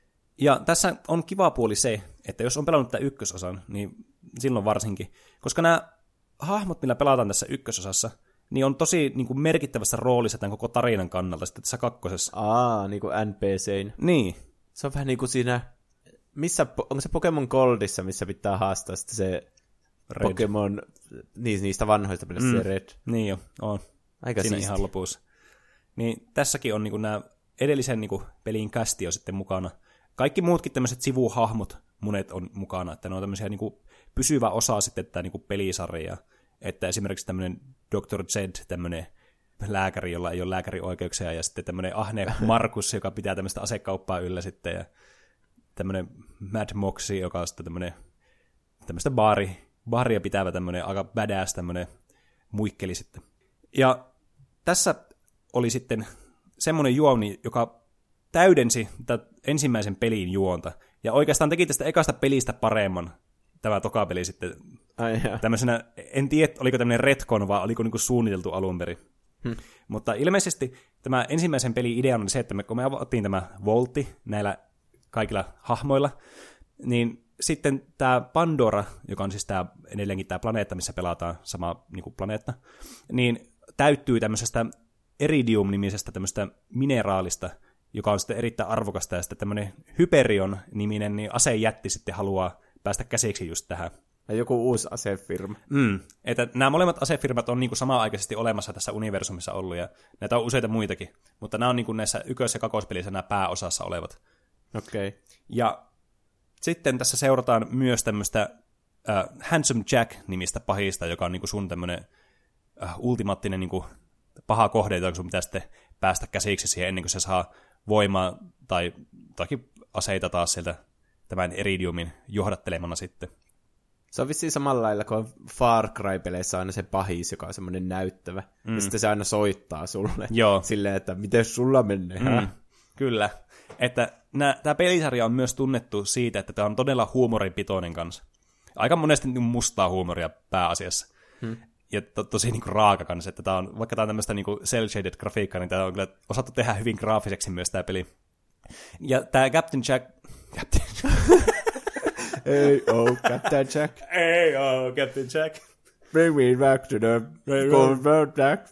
Ja tässä on kiva puoli se, että jos on pelannut tätä ykkösosan, niin silloin varsinkin, koska nämä hahmot, millä pelataan tässä ykkösosassa, niin on tosi niin kuin merkittävässä roolissa tämän koko tarinan kannalta sitten tässä kakkosessa. Aa, niin kuin N P C:in. Niin. Se on vähän niin kuin siinä, missä, onko se Pokemon Goldissa, missä pitää haastaa sitten se Red. Pokemon, niin, niistä vanhoista pelistä mm. se Red. Niin jo, on. Aika siinä siisti. Ihan lopussa. Niin tässäkin on niin kuin nämä edellisen niin kuin pelin kästi on sitten mukana. Kaikki muutkin tämmöiset sivuhahmot monet on mukana, että ne on tämmöisiä niin kuin pysyvä osa sitten tätä niin kuin pelisarjaa. Että esimerkiksi tämmöinen doktor Zed, tämmöinen lääkäri, jolla ei ole lääkärioikeuksia, ja sitten tämmöinen ahne Markus, joka pitää tämmöistä asekauppaa yllä sitten, ja tämmöinen Mad Moxie, joka on sitten tämmöinen tämmöistä baari, baaria pitävä tämmöinen aika badass tämmöinen muikkeli sitten. Ja tässä oli sitten semmoinen juoni, joka täydensi tätä ensimmäisen pelin juonta, ja oikeastaan teki tästä ekasta pelistä paremman tämä toka peli sitten. Ai tämmöisenä, en tiedä, oliko tämmöinen retcon, vai oliko niinku suunniteltu alun perin. Hmm. Mutta ilmeisesti tämä ensimmäisen pelin idea on se, että me, kun me avattiin tämä voltti näillä kaikilla hahmoilla, niin sitten tämä Pandora, joka on siis tämä, edelleenkin tämä planeetta, missä pelataan sama niin kuin planeetta, niin täyttyy tämmöisestä Iridium-nimisestä tämmöistä mineraalista, joka on sitten erittäin arvokasta, ja sitten tämmöinen Hyperion-niminen niin asejätti sitten haluaa päästä käsiksi just tähän. Ja joku uusi asefirma. Mm, että nämä molemmat asefirmat on niin kuin samanaikaisesti olemassa tässä universumissa ollut, ja näitä on useita muitakin, mutta nämä on niin kuin näissä ykkös- ja kakospelissä nämä pääosassa olevat. Okei. Okay. Ja sitten tässä seurataan myös tämmöistä äh, Handsome Jack-nimistä pahista, joka on niin kuin sun tämmöinen äh, ultimaattinen niin kuin paha kohde, jota sun pitää sitten päästä käsiksi siihen ennen kuin se saa voimaa tai jotakin aseita taas sieltä tämän Iridiumin johdattelemana sitten. Se on vissiin samalla lailla, kun Far Cry-peleissä aina se pahis, joka on semmoinen näyttävä. Mm. Ja sitten se aina soittaa sulle. Joo. Silleen, että miten sulla menee. Mm. Kyllä. Että tämä pelisarja on myös tunnettu siitä, että tämä on todella huumoripitoinen kanssa. Aika monesti mustaa huumoria pääasiassa. Hmm. Ja to, tosi niin kuin raaka kanssa. Että tää on, vaikka tämä on tämmöistä niin cel-shaded grafiikkaa, niin tämä on kyllä osattu tehdä hyvin graafiseksi myös tämä peli. Ja tämä Captain Jack... Captain Jack... Hey, oh, Captain Jack. Hey, oh, Captain Jack. Bring me back to the Goldberg Jack.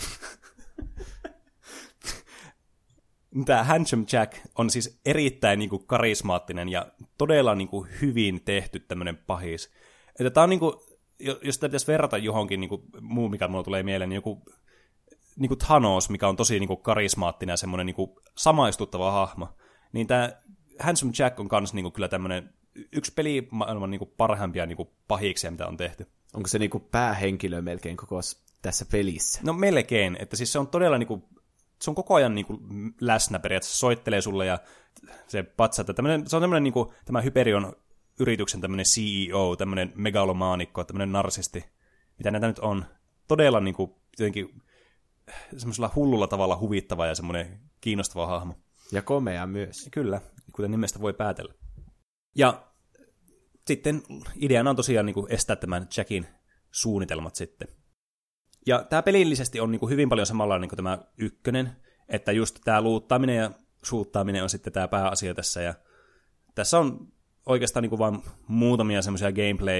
Tämä Handsome Jack on siis erittäin niin kuin karismaattinen ja todella niin kuin hyvin tehty tämmöinen pahis. Että tämä on niin kuin, jos sitä pitäisi verrata johonkin niin kuin muu, mikä mulla tulee mieleen, niin joku niin kuin Thanos, mikä on tosi niin kuin karismaattinen ja semmoinen niin kuin samaistuttava hahmo, niin tämä Handsome Jack on myös niin kuin kyllä tämmöinen yksi peli maailman niin kuin parhaimpia niin kuin pahiksia, mitä on tehty. Onko se niin kuin päähenkilö melkein koko tässä pelissä? No melkein, että siis se on todella niin kuin, se on koko ajan niin kuin läsnä periaatteessa, soittelee sulle ja se patsaa, että tämmönen, se on tämmöinen niin kuin tämä Hyperion yrityksen tämmöinen C E O, tämmöinen megalomaanikko, tämmöinen narsisti, mitä näitä nyt on. Todella niin kuin jotenkin semmoisella hullulla tavalla huvittava ja semmoinen kiinnostava hahmo. Ja komea myös. Kyllä, kuten nimestä voi päätellä. Ja sitten ideana on tosiaan niin kuin estää tämän Jackin suunnitelmat sitten. Ja tämä pelillisesti on niin kuin hyvin paljon samalla niin kuin tämä ykkönen, että just tämä luuttaaminen ja suuttaaminen on sitten tämä pääasia tässä. Ja tässä on oikeastaan niin kuin vain muutamia semmoisia gameplay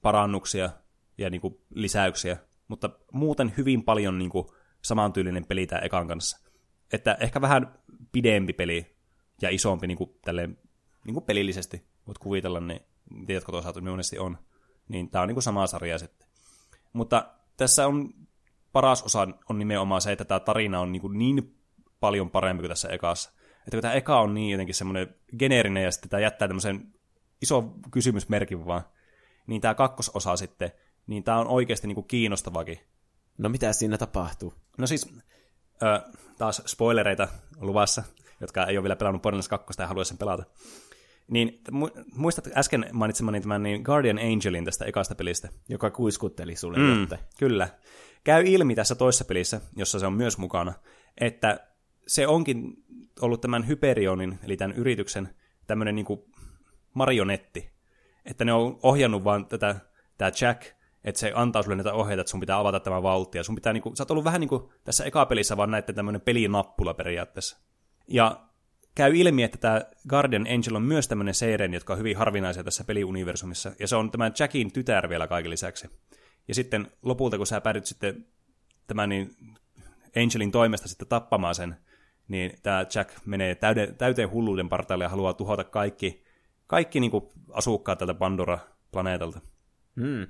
parannuksia ja niin kuin lisäyksiä, mutta muuten hyvin paljon niin kuin samantyylinen peli tämä ekan kanssa. Että ehkä vähän pidempi peli ja isompi niin kuin, tälleen, niin kuin pelillisesti voit kuvitella, niin tiedätkö toisaalta ne monesti on. Niin tämä on niin kuin sama sarja sitten. Mutta tässä on paras osa on nimenomaan se, että tämä tarina on niin, kuin niin paljon parempi kuin tässä ekassa. Että kun tämä eka on niin jotenkin semmoinen geneerinen ja sitten tämä jättää tämmöisen iso kysymysmerkin vaan, niin tämä kakkososa sitten, niin tämä on oikeasti niin kuin kiinnostavakin. No mitä siinä tapahtuu? No siis, äh, taas spoilereita luvassa, jotka ei ole vielä pelannut Borderlands kaksi ja haluaisi sen pelata. Niin muistat äsken mainitsemani tämän niin Guardian Angelin tästä ekasta pelistä? Joka kuiskutteli sulle mm, jotte. Kyllä. Käy ilmi tässä toisessa pelissä, jossa se on myös mukana, että se onkin ollut tämän Hyperionin, eli tämän yrityksen, tämmöinen niin kuin marionetti. Että ne on ohjannut vaan tätä, tämä Jack, että se antaa sulle näitä ohjeita, että sun pitää avata tämä valtti. Ja sun pitää, niin kuin, sä oot ollut vähän niin kuin tässä ekapelissä vaan näette tämmöinen pelinappula periaatteessa. Ja käy ilmi, että tämä Guardian Angel on myös tämmöinen seireni, jotka on hyvin harvinaisia tässä peliuniversumissa. Ja se on tämän Jackin tytär vielä kaiken lisäksi. Ja sitten lopulta, kun sä päädyt sitten tämän niin Angelin toimesta sitten tappamaan sen, niin tämä Jack menee täyden, täyteen hulluuden partaalle ja haluaa tuhota kaikki, kaikki niin kuin asukkaat tältä Pandora-planeetalta. Mm.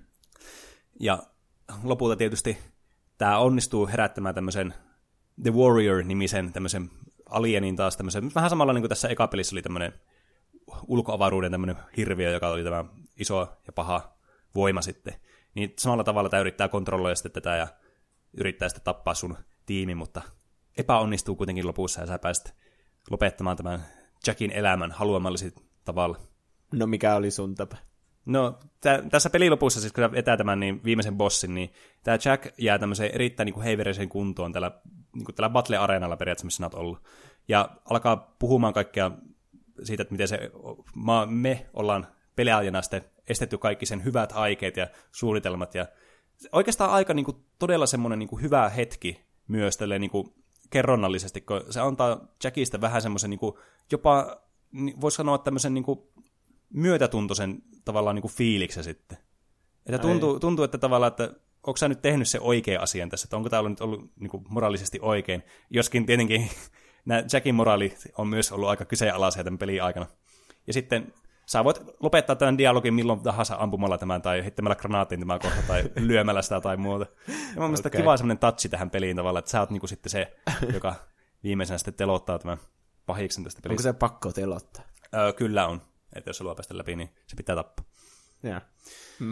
Ja lopulta tietysti tämä onnistuu herättämään tämmöisen The Warrior-nimisen tämmöisen alienin taas tämmöisen, vähän samalla niin kuin tässä ekapelissä oli tämmöinen ulkoavaruuden tämmöinen hirviö, joka oli tämä iso ja paha voima sitten. Niin samalla tavalla tämä yrittää kontrolloida sitten tätä ja yrittää sitten tappaa sun tiimi, mutta epäonnistuu kuitenkin lopussa ja sä pääset lopettamaan tämän Jackin elämän haluamallisi tavalla. No mikä oli sun tapa? No tä- tässä pelin lopussa, siis kun sä vetää tämän niin viimeisen bossin, niin tämä Jack jää tämmöiseen erittäin niin kuin heivereiseen kuntoon tällä, niin kuin tällä Battle-areenalla periaatteessa, missä sä oot ollut. Ja alkaa puhumaan kaikkea siitä, että miten se, ma- me ollaan pelaajana sitten estetty kaikki sen hyvät aikeet ja suunnitelmat. Ja oikeastaan aika niin kuin, todella semmoinen niin kuin hyvä hetki myös tälleen niin kuin kerronnallisesti, kun se antaa Jackista vähän semmoisen niin kuin, jopa, voisi sanoa tämmöisen niin kuin myötätuntoisen tavallaan niin kuin fiiliksen sitten. Että tuntuu, tuntuu, että tavallaan, että onko sä nyt tehnyt se oikea asian tässä, että onko tämä ollut nyt ollut niin kuin moraalisesti oikein, joskin tietenkin nämä Jackin moraali on myös ollut aika kyseenalaisia tämän pelin aikana. Ja sitten sä voit lopettaa tämän dialogin milloin tahansa ampumalla tämän, tai heittämällä granaatin tämän kohta, tai lyömällä sitä tai muuta. Ja mun mielestä okay. Kiva semmoinen touchi tähän peliin tavallaan, että sä oot niinku sitten se, joka viimeisenä sitten telottaa tämän pahiksen tästä pelistä. Onko se pakko telottaa? Öö, kyllä on. Että jos se luo päästä läpi, niin se pitää tappaa. Yeah. Hmm.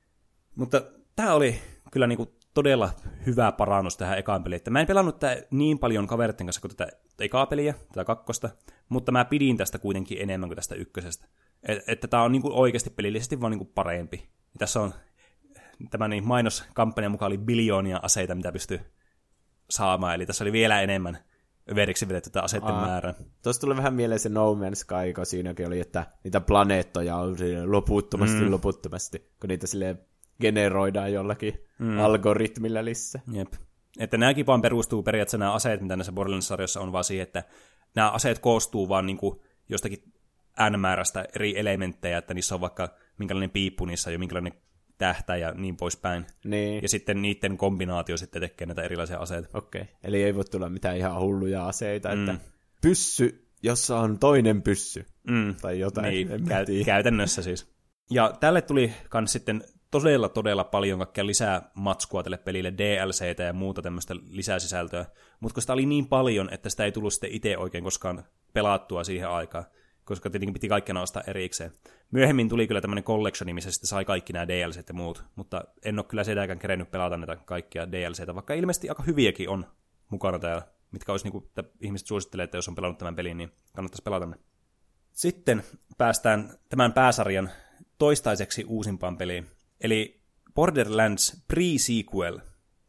Mutta tää oli kyllä niinku todella hyvä parannus tähän ekaan peliin. Että mä en pelannut tää niin paljon kaveritten kanssa kuin tätä ekaa peliä, tätä kakkosta, mutta mä pidin tästä kuitenkin enemmän kuin tästä ykkösestä. Et, että tää on niinku oikeasti pelillisesti vaan niinku parempi. Ja tässä on tämä niin mainoskampanjan mukaan oli biljoonia aseita, mitä pystyy saamaan. Eli tässä oli vielä enemmän överiksi vedetty tätä aseiden Aa. määrää. Tuossa tuli vähän mieleen se No Man's Sky, kun siinäkin oli, että niitä planeettoja on loputtomasti, mm. loputtomasti, kun niitä silleen generoidaan jollakin mm. algoritmilla lisää. Jep. Että nämäkin vaan perustuu periaatteessa nämä aseet, mitä näissä Borderlands-sarjoissa on, vaan siihen, että nämä aseet koostuu vaan niin kuin jostakin N-määrästä eri elementtejä, että niissä on vaikka minkälainen piippu niissä ja minkälainen tähtä ja niin poispäin. Niin. Ja sitten niiden kombinaatio sitten tekee näitä erilaisia aseita. Okei, okay. Eli ei voi tulla mitään ihan hulluja aseita, mm. että pyssy, jossa on toinen pyssy. Mm. Tai jotain. Niin, käy- käytännössä siis. Ja tälle tuli myös sitten todella, todella paljon kaikkea lisää matskua tälle pelille, D L C:tä ja muuta tämmöistä lisäsisältöä. Mutta kun sitä oli niin paljon, että sitä ei tullut sitten itse oikein koskaan pelattua siihen aikaan, koska tietenkin piti kaikkea ostaa erikseen. Myöhemmin tuli kyllä tämmöinen collection, missä sitten sai kaikki nämä D L C:t ja muut, mutta en ole kyllä sitäkään kerennyt pelata näitä kaikkia D L C:tä, vaikka ilmeisesti aika hyviäkin on mukana täällä, mitkä olisi niin kuin, että ihmiset suosittelee, että jos on pelannut tämän pelin, niin kannattaisi pelata ne. Sitten päästään tämän pääsarjan toistaiseksi uusimpaan peliin, eli Borderlands Pre-Sequel.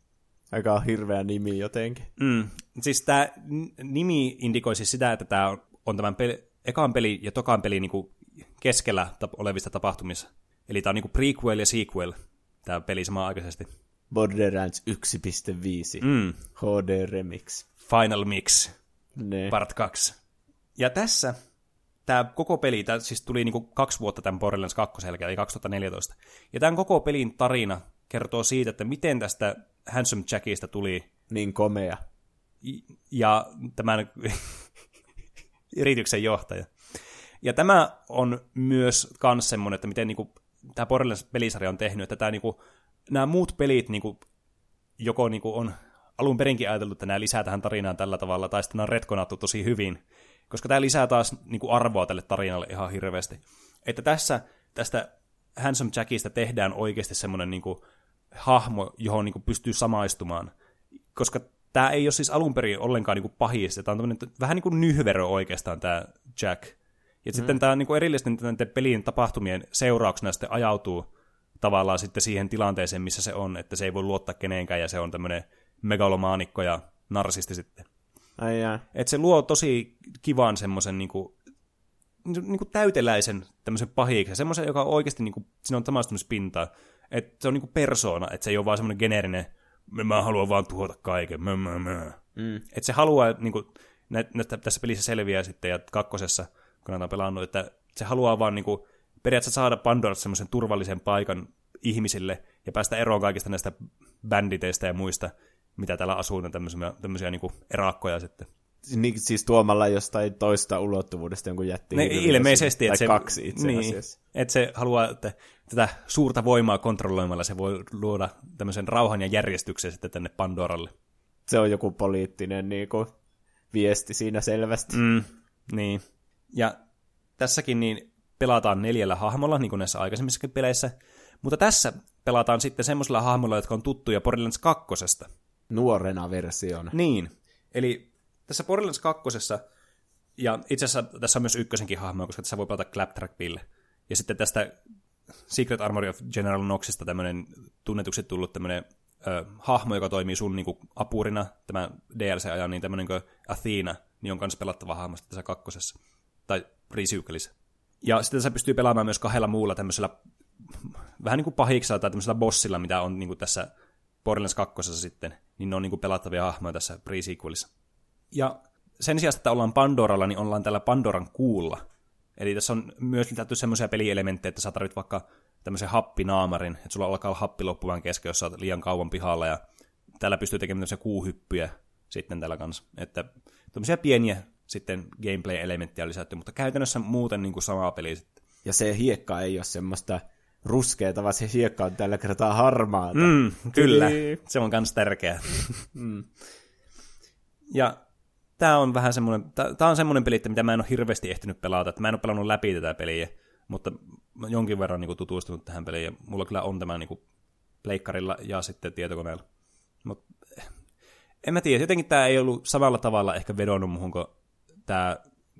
Aika hirveä nimi jotenkin. Mm, siis tämä nimi indikoi siis sitä, että tämä on, on tämän peli, ekan peli ja tokan peli niin kuin keskellä olevista tapahtumissa. Eli tämä on niin kuin prequel ja sequel, tämä peli samaan aikaisesti. Borderlands yksi piste viisi, mm. H D Remix. Final Mix, ne. part kaksi. Ja tässä tämä koko peli, tämä siis tuli niinku kaksi vuotta tämän Borderlands kaksi jälkeen, eli kaksituhattaneljätoista. Ja tämän koko pelin tarina kertoo siitä, että miten tästä Handsome Jackista tuli niin komea. Ja tämän yrityksen johtaja. Ja tämä on myös kans semmoinen, että miten niinku, tämä Borderlands-pelisarja on tehnyt, että tämä, niinku, nämä muut pelit niinku, joko niinku, on alun perinkin ajateltu, että nämä lisää tähän tarinaan tällä tavalla, tai sitten nämä on retkonattu tosi hyvin, koska tämä lisää taas niinku, arvoa tälle tarinalle ihan hirveästi. Että tässä tästä Handsome Jackista tehdään oikeasti semmoinen niinku, hahmo, johon niinku, pystyy samaistumaan, koska tämä ei ole siis alun perin ollenkaan niinku, pahis, tämä on vähän niin kuin nyhverö oikeastaan tämä Jack. Ja mm. sitten tämä niinku, erillisten pelin tapahtumien seurauksena sitten ajautuu tavallaan sitten siihen tilanteeseen, missä se on, että se ei voi luottaa keneenkään, ja se on tämmöinen megalomaanikko ja narsisti sitten. Ai jaa. Että se luo tosi kivan semmoisen niinku, niinku täyteläisen tämmöisen pahiksen, semmoisen, joka on oikeasti, niinku, siinä on tamaistumispintaa, että se on niinku persoona, että se ei ole vaan semmoinen geneerinen, mä haluan vaan tuhota kaiken, mä, mä, mä. Mm. Että se haluaa, niinku, nä, nä, tässä pelissä selviää sitten, ja kakkosessa, kun näitä on pelannut, että se haluaa vaan niinku, periaatteessa saada Pandorasta semmoisen turvallisen paikan ihmisille, ja päästä eroon kaikista näistä bänditeistä ja muista, mitä täällä asuu, tämmöisiä, tämmöisiä niinku erakkoja sitten. Niin, siis tuomalla jostain toista ulottuvuudesta jonkun jättiin. Ne, ilmeisesti. Tai se, kaksi itse niin, asiassa. Että se haluaa, että tätä suurta voimaa kontrolloimalla se voi luoda tämmöisen rauhan ja järjestyksen sitten tänne Pandoralle. Se on joku poliittinen niinku, viesti siinä selvästi. Mm, niin. Ja tässäkin niin pelataan neljällä hahmolla, niin kuin näissä aikaisemmissakin peleissä. Mutta tässä pelataan sitten semmoisilla hahmoilla, jotka on tuttuja Borderlands kakkosesta. Nuorena versiona. Niin. Eli tässä Borderlands kakkosessa, ja itse asiassa tässä on myös ykkösenkin hahmoja, koska tässä voi pelata Claptrap Bill. Ja sitten tästä Secret Armory of General Knoxista tämmöinen tunnetuksi tullut tämmöinen ö, hahmo, joka toimii sun niinku, apurina, tämä D L C-ajan, niin tämmöinen kuin Athena, niin on myös pelattava hahmo tässä kakkosessa. Tai Resequelissa. Ja sitten tässä pystyy pelaamaan myös kahdella muulla tämmöisellä vähän niin kuin pahiksella tai tämmöisellä bossilla, mitä on niin kuin tässä Borderlands kakkosessa sitten, niin ne on niin kuin pelattavia hahmoja tässä pre-sequelissa. Ja sen sijaan, että ollaan Pandoralla, niin ollaan täällä Pandoran kuulla. Eli tässä on myös lisätty semmoisia pelielementtejä, että sä tarvit vaikka tämmöisen happinaamarin, että sulla alkaa olla happi loppuvan kesken, jos sä oot liian kauan pihalla, ja täällä pystyy tekemään tämmöisiä kuuhyppyjä sitten täällä kanssa. Että tämmöisiä pieniä sitten gameplay-elementtejä on lisätty, mutta käytännössä muuten niin kuin sama peli sitten. Ja se hiekka ei ole semmoista ruskeata, vaan se hiekka on tällä kertaa harmaata. Mm, kyllä, se on myös tärkeää. mm. Ja tämä on vähän semmoinen, tämä on semmoinen peli, mitä mä en ole hirveästi ehtinyt pelata, että mä en ole pelannut läpi tätä peliä, mutta jonkin verran niin kuin, tutustunut tähän peliin, ja mulla kyllä on tämä niin kuin, pleikkarilla ja sitten tietokoneella. Mutta en mä tiedä, jotenkin tämä ei ollut samalla tavalla ehkä vedonnut muhun kuin tämä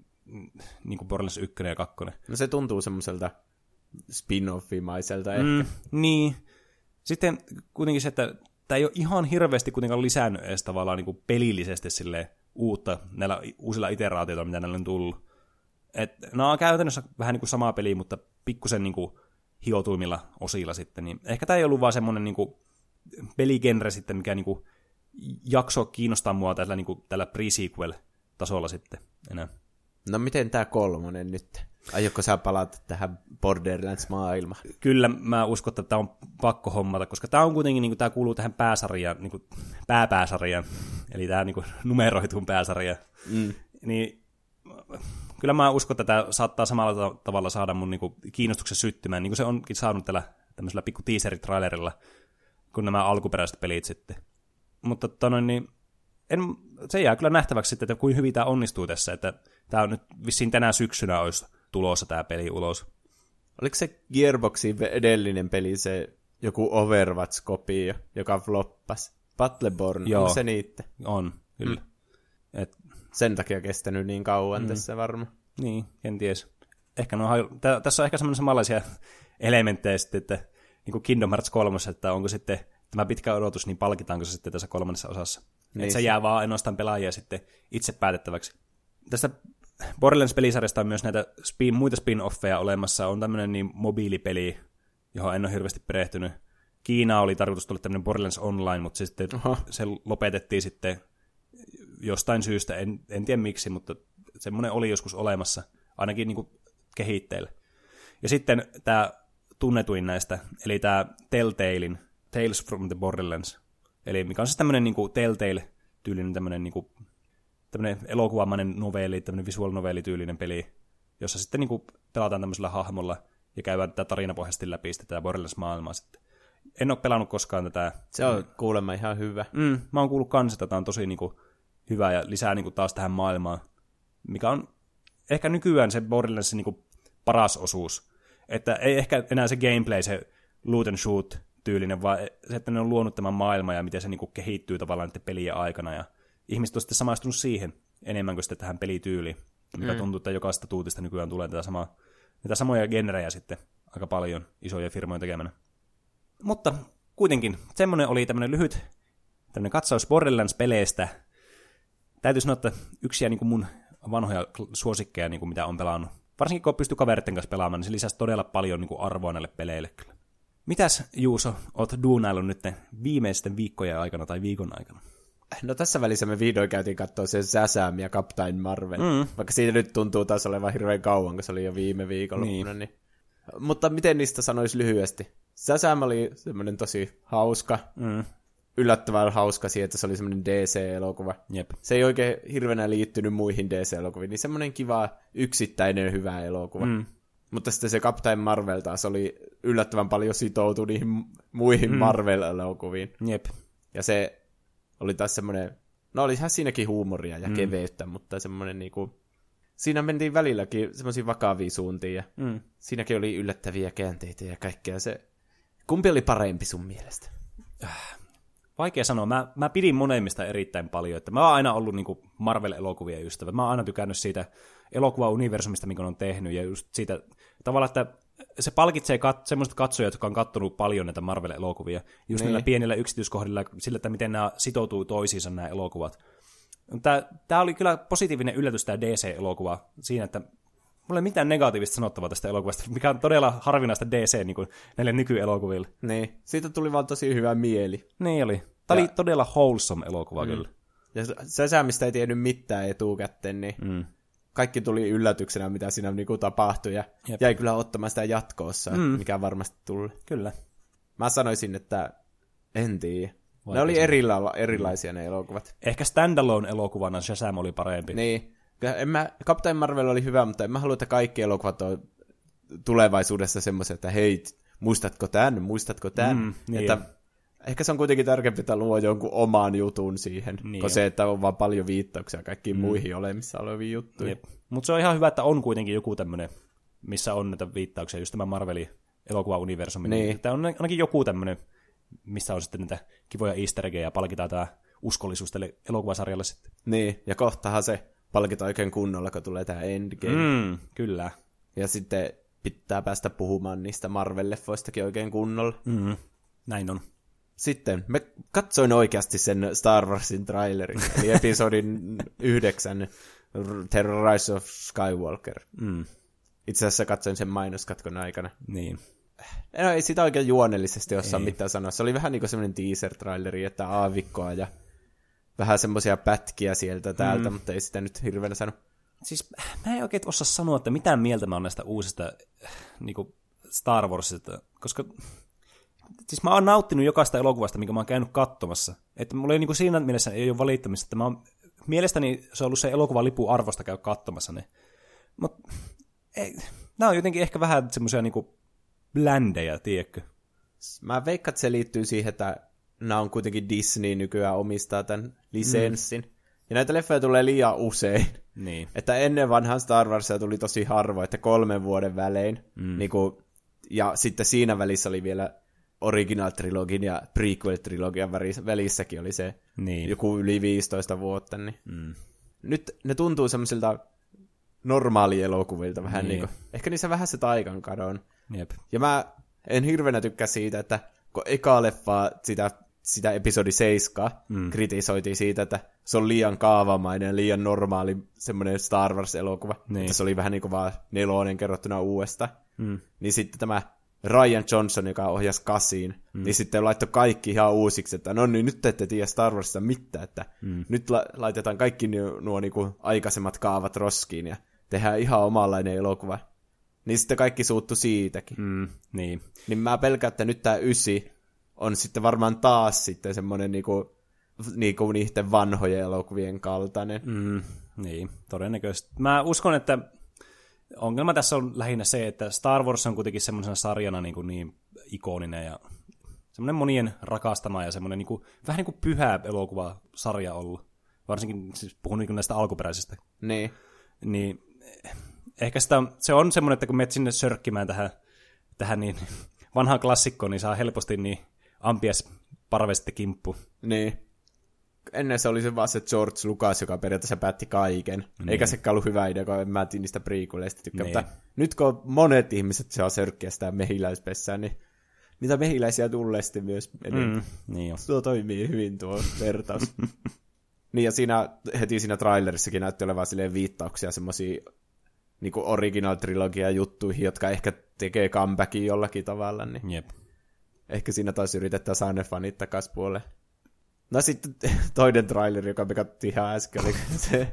niin kuin Borderlands yksi ja kaksi. No se tuntuu semmoiselta spin-offimaiselta ehkä. Mm, niin. Sitten kuitenkin se, että tämä ei ole ihan hirveästi kuitenkaan lisännyt edes tavallaan niin kuin pelillisesti silleen uutta näillä uusilla iteraatioilla, mitä näillä on tullut. Et, no on käytännössä vähän niin kuin samaa peliä, mutta pikkusen niin kuin hiotuimmilla osilla sitten. Niin ehkä tämä ei ollut vaan semmoinen niin kuin peligenre sitten, mikä niin kuin jakso kiinnostaa mua tällä, niin kuin, tällä pre-sequel-tasolla sitten enää. No miten tämä kolmonen nyt? Aiotko sä palata tähän Borderlands-maailmaan? Kyllä, mä uskon, että tämä on pakko hommata, koska tämä on kuitenkin, niin kuin, tämä kuuluu tähän pääsarjaan, niin kuin, pääpääsarjaan, eli tähän niin kuin, numeroituun pääsarjaan. Mm. Niin kyllä mä uskon, että tämä saattaa samalla tavalla saada mun niin kuin, kiinnostuksen syttymään, niin kuin se onkin saanut tällä tämmöisellä pikku teaser-trailerilla, kuin nämä alkuperäiset pelit sitten. Mutta tonoin, niin en, se jää kyllä nähtäväksi sitten, että kuinka hyvin tämä onnistuu tässä, että tämä on nyt vissiin tänä syksynä olisi tulossa tämä peli ulos. Oliko se Gearboxin edellinen peli se joku Overwatch-kopio, joka floppasi? Battleborn, Joo, on se niitte? On, kyllä. Mm. Et, sen takia kestänyt niin kauan mm. tässä varmaan. Niin, kenties. Ehkä no, tä, tässä on ehkä semmoinen samanlaisia elementtejä sitten, että niin kuin Kingdom Hearts kolme, että onko sitten tämä pitkä odotus, niin palkitaanko se sitten tässä kolmannessa osassa. Niin. Että se jää vaan ainoastaan pelaajia sitten itse päätettäväksi. Tästä Borderlands-pelisarjasta on myös näitä spin, muita spin-offeja olemassa. On tämmöinen niin mobiilipeli, johon en ole hirveästi perehtynyt. Kiina oli tarkoitus tulla tämmöinen Borderlands Online, mutta se, sitten, se lopetettiin sitten jostain syystä. En, en tiedä miksi, mutta semmoinen oli joskus olemassa ainakin niin kuin kehitteillä. Ja sitten tämä tunnetuin näistä, eli tämä Telltalein Tales from the Borderlands, eli mikä on siis tämmöinen niin kuin Telltale-tyylinen tämmöinen, niin kuin, tämmöinen elokuvamainen novelli, tämmöinen visual novelli-tyylinen peli, jossa sitten niin kuin pelataan tämmöisellä hahmolla ja käydään tätä tarinapohjaisesti läpi sitten tätä Borderlands-maailmaa sitten. En ole pelannut koskaan tätä. Se on kuulemma ihan hyvä. Mm, mä oon kuullut kans, että tämä on tosi niin kuin, hyvä ja lisää niin kuin, taas tähän maailmaan, mikä on ehkä nykyään se Borderlandsin niin kuin, paras osuus. Että ei ehkä enää se gameplay, se loot and shoot tyylinen, vaan se, että ne on luonut tämän maailman ja miten se niin kuin, kehittyy tavallaan niiden pelien aikana. Ja ihmiset on sitten samaistunut siihen enemmän kuin sitten tähän pelityyliin, mikä mm. tuntuu, että jokaista tuutista nykyään tulee tätä samaa, niitä samoja genrejä sitten aika paljon isoja firmoja tekemänä. Mutta kuitenkin, semmoinen oli tämmöinen lyhyt tämmöinen katsaus Borderlands-peleistä. Täytyy sanoa, että yksiä niin kuin mun vanhoja suosikkeja, niin kuin mitä on pelannut. Varsinkin kun pystyy kaveritten kanssa pelaamaan, niin se lisäsi todella paljon niin kuin arvoa näille peleille kyllä. Mitäs, Juuso, oot duunaillut nyt viimeisten viikkojen aikana tai viikon aikana? No tässä välissä me vihdoin käytiin katsoa sen Shazam ja Captain Marvel, mm. vaikka siitä nyt tuntuu taas olevan hirveän kauan, kun se oli jo viime viikonloppuna. Niin. Niin. Mutta miten niistä sanoisi lyhyesti? Shazam oli semmoinen tosi hauska, mm. yllättävän hauska siitä, että se oli semmoinen D C-elokuva. Jep. Se ei oikein hirveänä liittynyt muihin D C-elokuviin, niin semmoinen kiva yksittäinen hyvä elokuva. Mm. Mutta sitten se Captain Marvel taas oli yllättävän paljon sitoutu niihin muihin mm. Marvel-elokuviin. Jep. Ja se oli taas semmoinen, no olihan siinäkin huumoria ja mm. keveyttä, mutta semmoinen niinku, siinä mentiin välilläkin semmoisiin vakaviin suuntiin ja mm. siinäkin oli yllättäviä käänteitä ja kaikkea. Se, kumpi oli parempi sun mielestä? Vaikea sanoa. Mä, mä pidin monemmista erittäin paljon. Että mä oon aina ollut niinku Marvel-elokuvien ystävä. Mä oon aina tykännyt siitä elokuva-universumista, minkä on tehnyt, ja just siitä tavallaan, että se palkitsee kat- semmoiset katsojat, jotka on kattonut paljon näitä Marvel-elokuvia, just niin. Niillä pienillä yksityiskohdilla, sillä, että miten nämä sitoutuu toisiinsa nämä elokuvat. Tämä oli kyllä positiivinen yllätys, tämä D C-elokuva, siinä, että mulla ei mitään negatiivista sanottavaa tästä elokuvasta, mikä on todella harvinaista D C niin kuin näille nykyelokuville. Niin, siitä tuli vaan tosi hyvä mieli. Niin oli. Tämä ja... oli todella wholesome elokuva mm. kyllä. Ja Shazamista ei tiennyt mitään etukäteen, niin mm. kaikki tuli yllätyksenä, mitä siinä niinku tapahtui, ja Jep. jäi kyllä ottamaan sitä jatkoossa, mm. mikä varmasti tuli. Kyllä. Mä sanoisin, että en tiedä. Ne oli erila- erilaisia mm. ne elokuvat. Ehkä standalone-elokuvana Shazam oli parempi. Niin. En mä, Captain Marvel oli hyvä, mutta en mä halua, että kaikki elokuvat on tulevaisuudessa semmoisia, että hei, muistatko tämän, muistatko tämän? Mm, niin. Että ehkä se on kuitenkin tärkeämpää, että luo jonkun oman jutun siihen, niin kuin se, että on vaan paljon viittauksia kaikkiin mm. muihin olemissa oleviin juttuihin. Mutta se on ihan hyvä, että on kuitenkin joku tämmöinen, missä on näitä viittauksia, just tämä Marvelin elokuva-universumi. Niin. Tämä on ainakin joku tämmöinen, missä on sitten niitä kivoja easter eggejä ja palkitaan tämä uskollisuus tälle elokuvasarjalle sitten. Niin, ja kohtahan se palkitaan oikein kunnolla, kun tulee tämä Endgame. Mm, kyllä. Ja sitten pitää päästä puhumaan niistä Marvel-leffoistakin oikein kunnolla. Mm, näin on. Sitten me katsoin oikeasti sen Star Warsin trailerin, eli episodin yhdeksän, The Rise of Skywalker. Mm. Itse asiassa katsoin sen mainoskatkon aikana. Niin. No ei sitä oikein juonellisesti osaa mitään sanoa. Se oli vähän niin kuin semmoinen teaser-traileri, että aavikkoa ja vähän semmoisia pätkiä sieltä täältä, mm. mutta ei sitä nyt hirveänä sano. Siis mä en oikein osaa sanoa, että mitään mieltä mä oon näistä uusista niin kuin Star Warsista, koska siis mä oon nauttinut jokaista elokuvasta, minkä mä oon käynyt katsomassa. Että mulla ei niin kuin siinä mielessä ei ole valittamista, että mä oon, mielestäni se on ollut se elokuvan lipun arvosta käy katsomassa ne. Mutta nämä on jotenkin ehkä vähän semmoisia niin kuin bländejä, tiedätkö? Mä veikkaan, että se liittyy siihen, että nämä on kuitenkin Disney nykyään omistaa tämän lisenssin. Mm. Ja näitä leffoja tulee liian usein. Niin. Että ennen vanhan Star Warsia tuli tosi harvoin, että kolmen vuoden välein. Mm. Niin kuin, ja sitten siinä välissä oli vielä original-trilogin ja prequel-trilogian välissäkin oli se niin. joku yli viisitoista vuotta. Niin. Mm. Nyt ne tuntuu semmoisilta normaalielokuvilta vähän niin. niin kuin, ehkä niissä vähän se taikan kadon. Jep. Ja mä en hirveänä tykkää siitä, että kun eka leffaa sitä, sitä episodi seitsemän mm. kritisoitiin siitä, että se on liian kaavamainen ja liian normaali semmoinen Star Wars-elokuva. Niin. Että se oli vähän niin kuin vaan nelonen kerrottuna uudestaan. Mm. Niin sitten tämä Rian Johnson, joka ohjasi kasiin, mm. niin sitten laittoi kaikki ihan uusiksi, että no niin, nyt te ette tiedä Star Warsista mitään, että mm. nyt la- laitetaan kaikki nuo, nuo niin kuin aikaisemmat kaavat roskiin ja tehdään ihan omanlainen elokuva. Niin sitten kaikki suuttu siitäkin. Mm, niin. Niin mä pelkään, että nyt tää ysi on sitten varmaan taas sitten semmoinen niinku, niinku niiden vanhojen elokuvien kaltainen. Mm, niin, todennäköisesti. Mä uskon, että ongelma tässä on lähinnä se, että Star Wars on kuitenkin semmoisena sarjana niin, niin ikoninen ja semmoinen monien rakastama ja semmoinen niin kuin, vähän niin kuin pyhä elokuvasarja ollut. Varsinkin siis puhun niin näistä alkuperäisistä. Niin. Niin ehkä sitä, se on semmoinen, että kun menet sinne sörkkimään tähän, tähän niin vanhaan klassikkoon, niin saa helposti niin ampias parvesti kimppu. Niin. Ennen se oli se vaan se George Lucas, joka periaatteessa päätti kaiken. Niin. Eikä sekään ollut hyvä idea, kun mä etin niistä prequeleista tykkää. Niin. Mutta nyt kun monet ihmiset saa sörkkiä sitä mehiläispessää, niin niitä mehiläisiä tulee sitten myös enemmän. Mm, niin tuo toimii hyvin tuo vertaus. Niin ja siinä, heti siinä trailerissakin näytti olevan silleen viittauksia semmosia niinku original-trilogia juttuihin, jotka ehkä tekee comebackin jollakin tavalla. Niin Jep. Ehkä siinä taas yritetään saada ne fanit takas puoleen. No sitten toinen traileri, joka me katsottiin ihan äsken, oli se,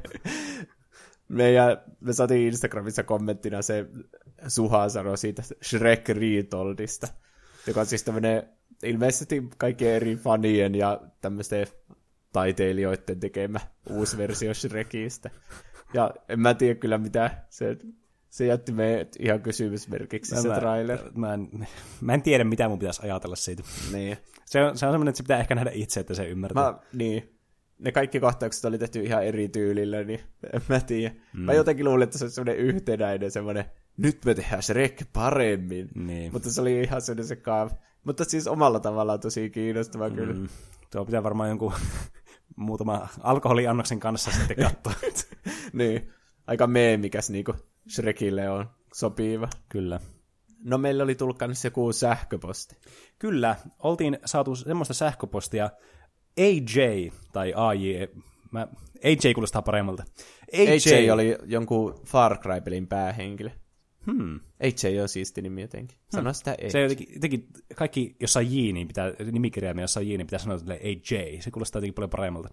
meidän, me saatiin Instagramissa kommenttina se Suha sanoi siitä Shrek Retoldista, joka on siis tämmöinen ilmeisesti kaikkien eri fanien ja tämmöisten taiteilijoiden tekemä uusi versio Shrekistä. Ja en mä tiedä kyllä mitä, se, se jätti meidät ihan kysymysmerkiksi mä, se trailer. Mä en, mä en tiedä mitä mun pitäisi ajatella siitä. Niin. Se on, se on semmoinen, että se pitää ehkä nähdä itse, että se ymmärtää. Mä, niin. Ne kaikki kohtaukset oli tehty ihan eri tyylillä, niin en mä tiedä. Mm. Mä jotenkin luulin, että se on semmoinen yhtenäinen, semmoinen, nyt me tehdään Shrek paremmin. Niin. Mutta se oli ihan semmoinen se kaava. Mutta siis omalla tavallaan tosi kiinnostava mm. kyllä. Tuo pitää varmaan jonkun muutama alkoholiannoksen kanssa sitten katsoa. Niin. Aika meemikäs niinku Shrekille on sopiva. Kyllä. No meillä oli tullut kanssa joku sähköposti. Kyllä, oltiin saatu semmoista sähköpostia A J, tai A J, mä, A J kuulostaa paremmalta. A J, A J oli jonkun Far Cry-pelin päähenkilö. Hmm. A J on siisti nimi jotenkin. Sano hmm. sitä A J. Se jotenkin, jotenkin kaikki jossain J, niin pitää, nimikirjaimia jossain J, niin pitää sanoa A J. Se kuulostaa jotenkin paljon paremmalta.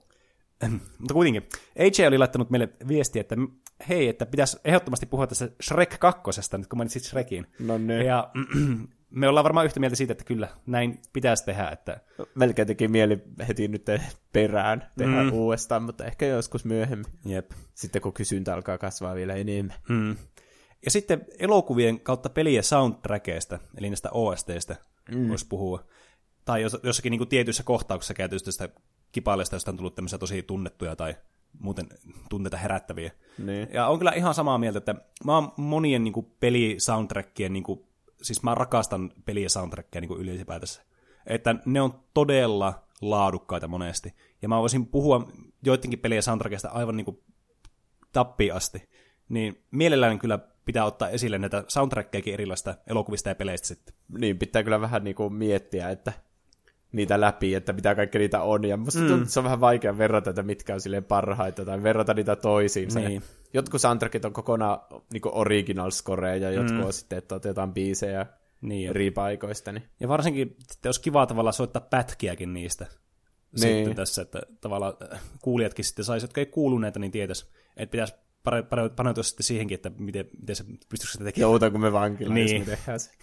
Mutta kuitenkin, A J oli laittanut meille viestiä, että hei, että pitäisi ehdottomasti puhua tässä Shrek kakkosesta, nyt kun mainitsit Shrekin. No niin. Ja me ollaan varmaan yhtä mieltä siitä, että kyllä, näin pitäisi tehdä. Että melkein teki mieli heti nyt perään tehdä mm. uudestaan, mutta ehkä joskus myöhemmin. Jep. Sitten kun kysyntä alkaa kasvaa vielä enemmän. Mm. Ja sitten elokuvien kautta pelien soundtrackeista, eli näistä O S T:stä mm. voisi puhua. Tai jos, jossakin niin kuin tietyissä kohtauksissa käytöstä kipaileista, josta on tullut tämmöisiä tosi tunnettuja tai muuten tunteita herättäviä. Niin. Ja on kyllä ihan samaa mieltä, että mä oon monien niin kuin pelisoundtrackien, niin kuin, siis mä rakastan peliä soundtrackia niin kuin ylipäätänsä. Että ne on todella laadukkaita monesti. Ja mä voisin puhua joidenkin pelien soundtrackista aivan niin kuin tappiin asti. Niin mielellään kyllä pitää ottaa esille näitä soundtrackejakin erilaista elokuvista ja peleistä sitten. Niin, pitää kyllä vähän niin kuin miettiä, että niitä läpi, että mitä kaikki niitä on. Ja musta mm. tuntuu, se on vähän vaikea verrata, että mitkä on silleen parhaita, tai verrata niitä toisiinsa. Niin. Jotkut soundtrackit on kokonaan niin kuin original scoreja, ja jotkut mm. on sitten, että otetaan biisejä niin eri paikoista. Niin. Ja varsinkin, että olisi kiva tavallaan soittaa pätkiäkin niistä. Niin. Sitten tässä, että tavallaan kuulijatkin sitten saisi, jotka ei kuulu näitä, niin tietäisi, että pitäisi paneutua sitten siihenkin, että miten, miten se pystyykö sitä tekemään. Joutaa, kun me vankilaa, niin. jos me tehdään se.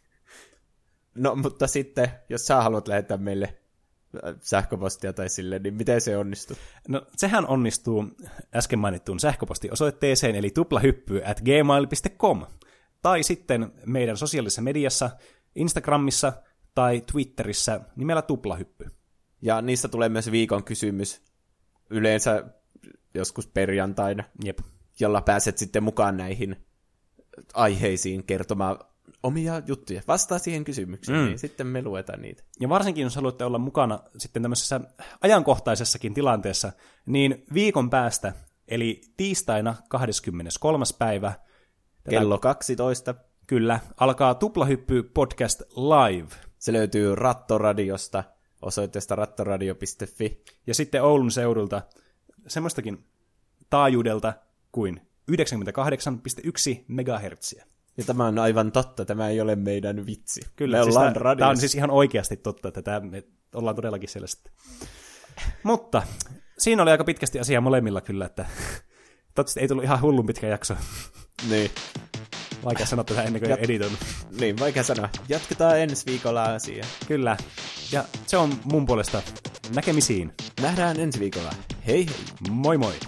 No, mutta sitten, jos sä haluat lähettää meille sähköpostia tai silleen, niin miten se onnistuu? No, sehän onnistuu äsken mainittuun sähköpostiosoitteeseen, eli tuplahyppy at gmail dot com. Tai sitten meidän sosiaalisessa mediassa, Instagramissa tai Twitterissä nimellä tuplahyppy. Ja niistä tulee myös viikon kysymys, yleensä joskus perjantaina, Jep. jolla pääset sitten mukaan näihin aiheisiin kertomaan omia juttuja. Vastaa siihen kysymykseen, mm. niin sitten me luetaan niitä. Ja varsinkin, jos haluatte olla mukana sitten tämmöisessä ajankohtaisessakin tilanteessa, niin viikon päästä, eli tiistaina kahdeskymmeneskolmas päivä, kello kaksitoista. Kyllä, alkaa Tuplahyppy podcast live. Se löytyy Rattoradiosta, osoitteesta rattoradio piste fi. Ja sitten Oulun seudulta semmoistakin taajuudelta kuin yhdeksänkymmentäkahdeksan pilkku yksi megahertsiä. Ja tämä on aivan totta, tämä ei ole meidän vitsi. Kyllä, siis tämä, tämä on siis ihan oikeasti totta, että tämä, me ollaan todellakin siellä sitten. Mutta siinä oli aika pitkästi asiaa molemmilla kyllä, että Toivottavasti ei tullut ihan hullun pitkä jakso. Niin. Vaikea sanoa tätä ennen kuin Jat- editoinut. Niin, vaikea sanoa. Jatketaan ensi viikolla asiaa. Kyllä. Ja se on mun puolesta näkemisiin. Nähdään ensi viikolla. Hei hei. Moi moi.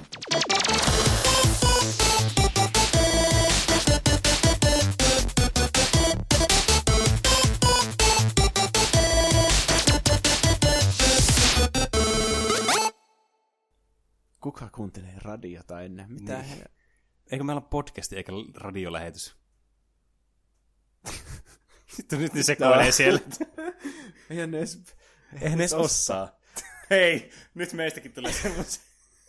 Kuka kuuntelee radiota ennen? Mitä niin. Eikö meillä ole podcasti eikä radiolähetys? Sitten nyt ne sekoilee siellä. Eihän ne edes, Eihän edes osaa. Hei, nyt meistäkin tulee semmoisia.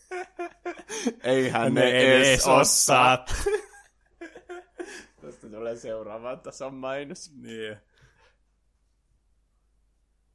Eihän ne, ne edes osaa. Tuosta tulee seuraavaan tason mainos. Niin.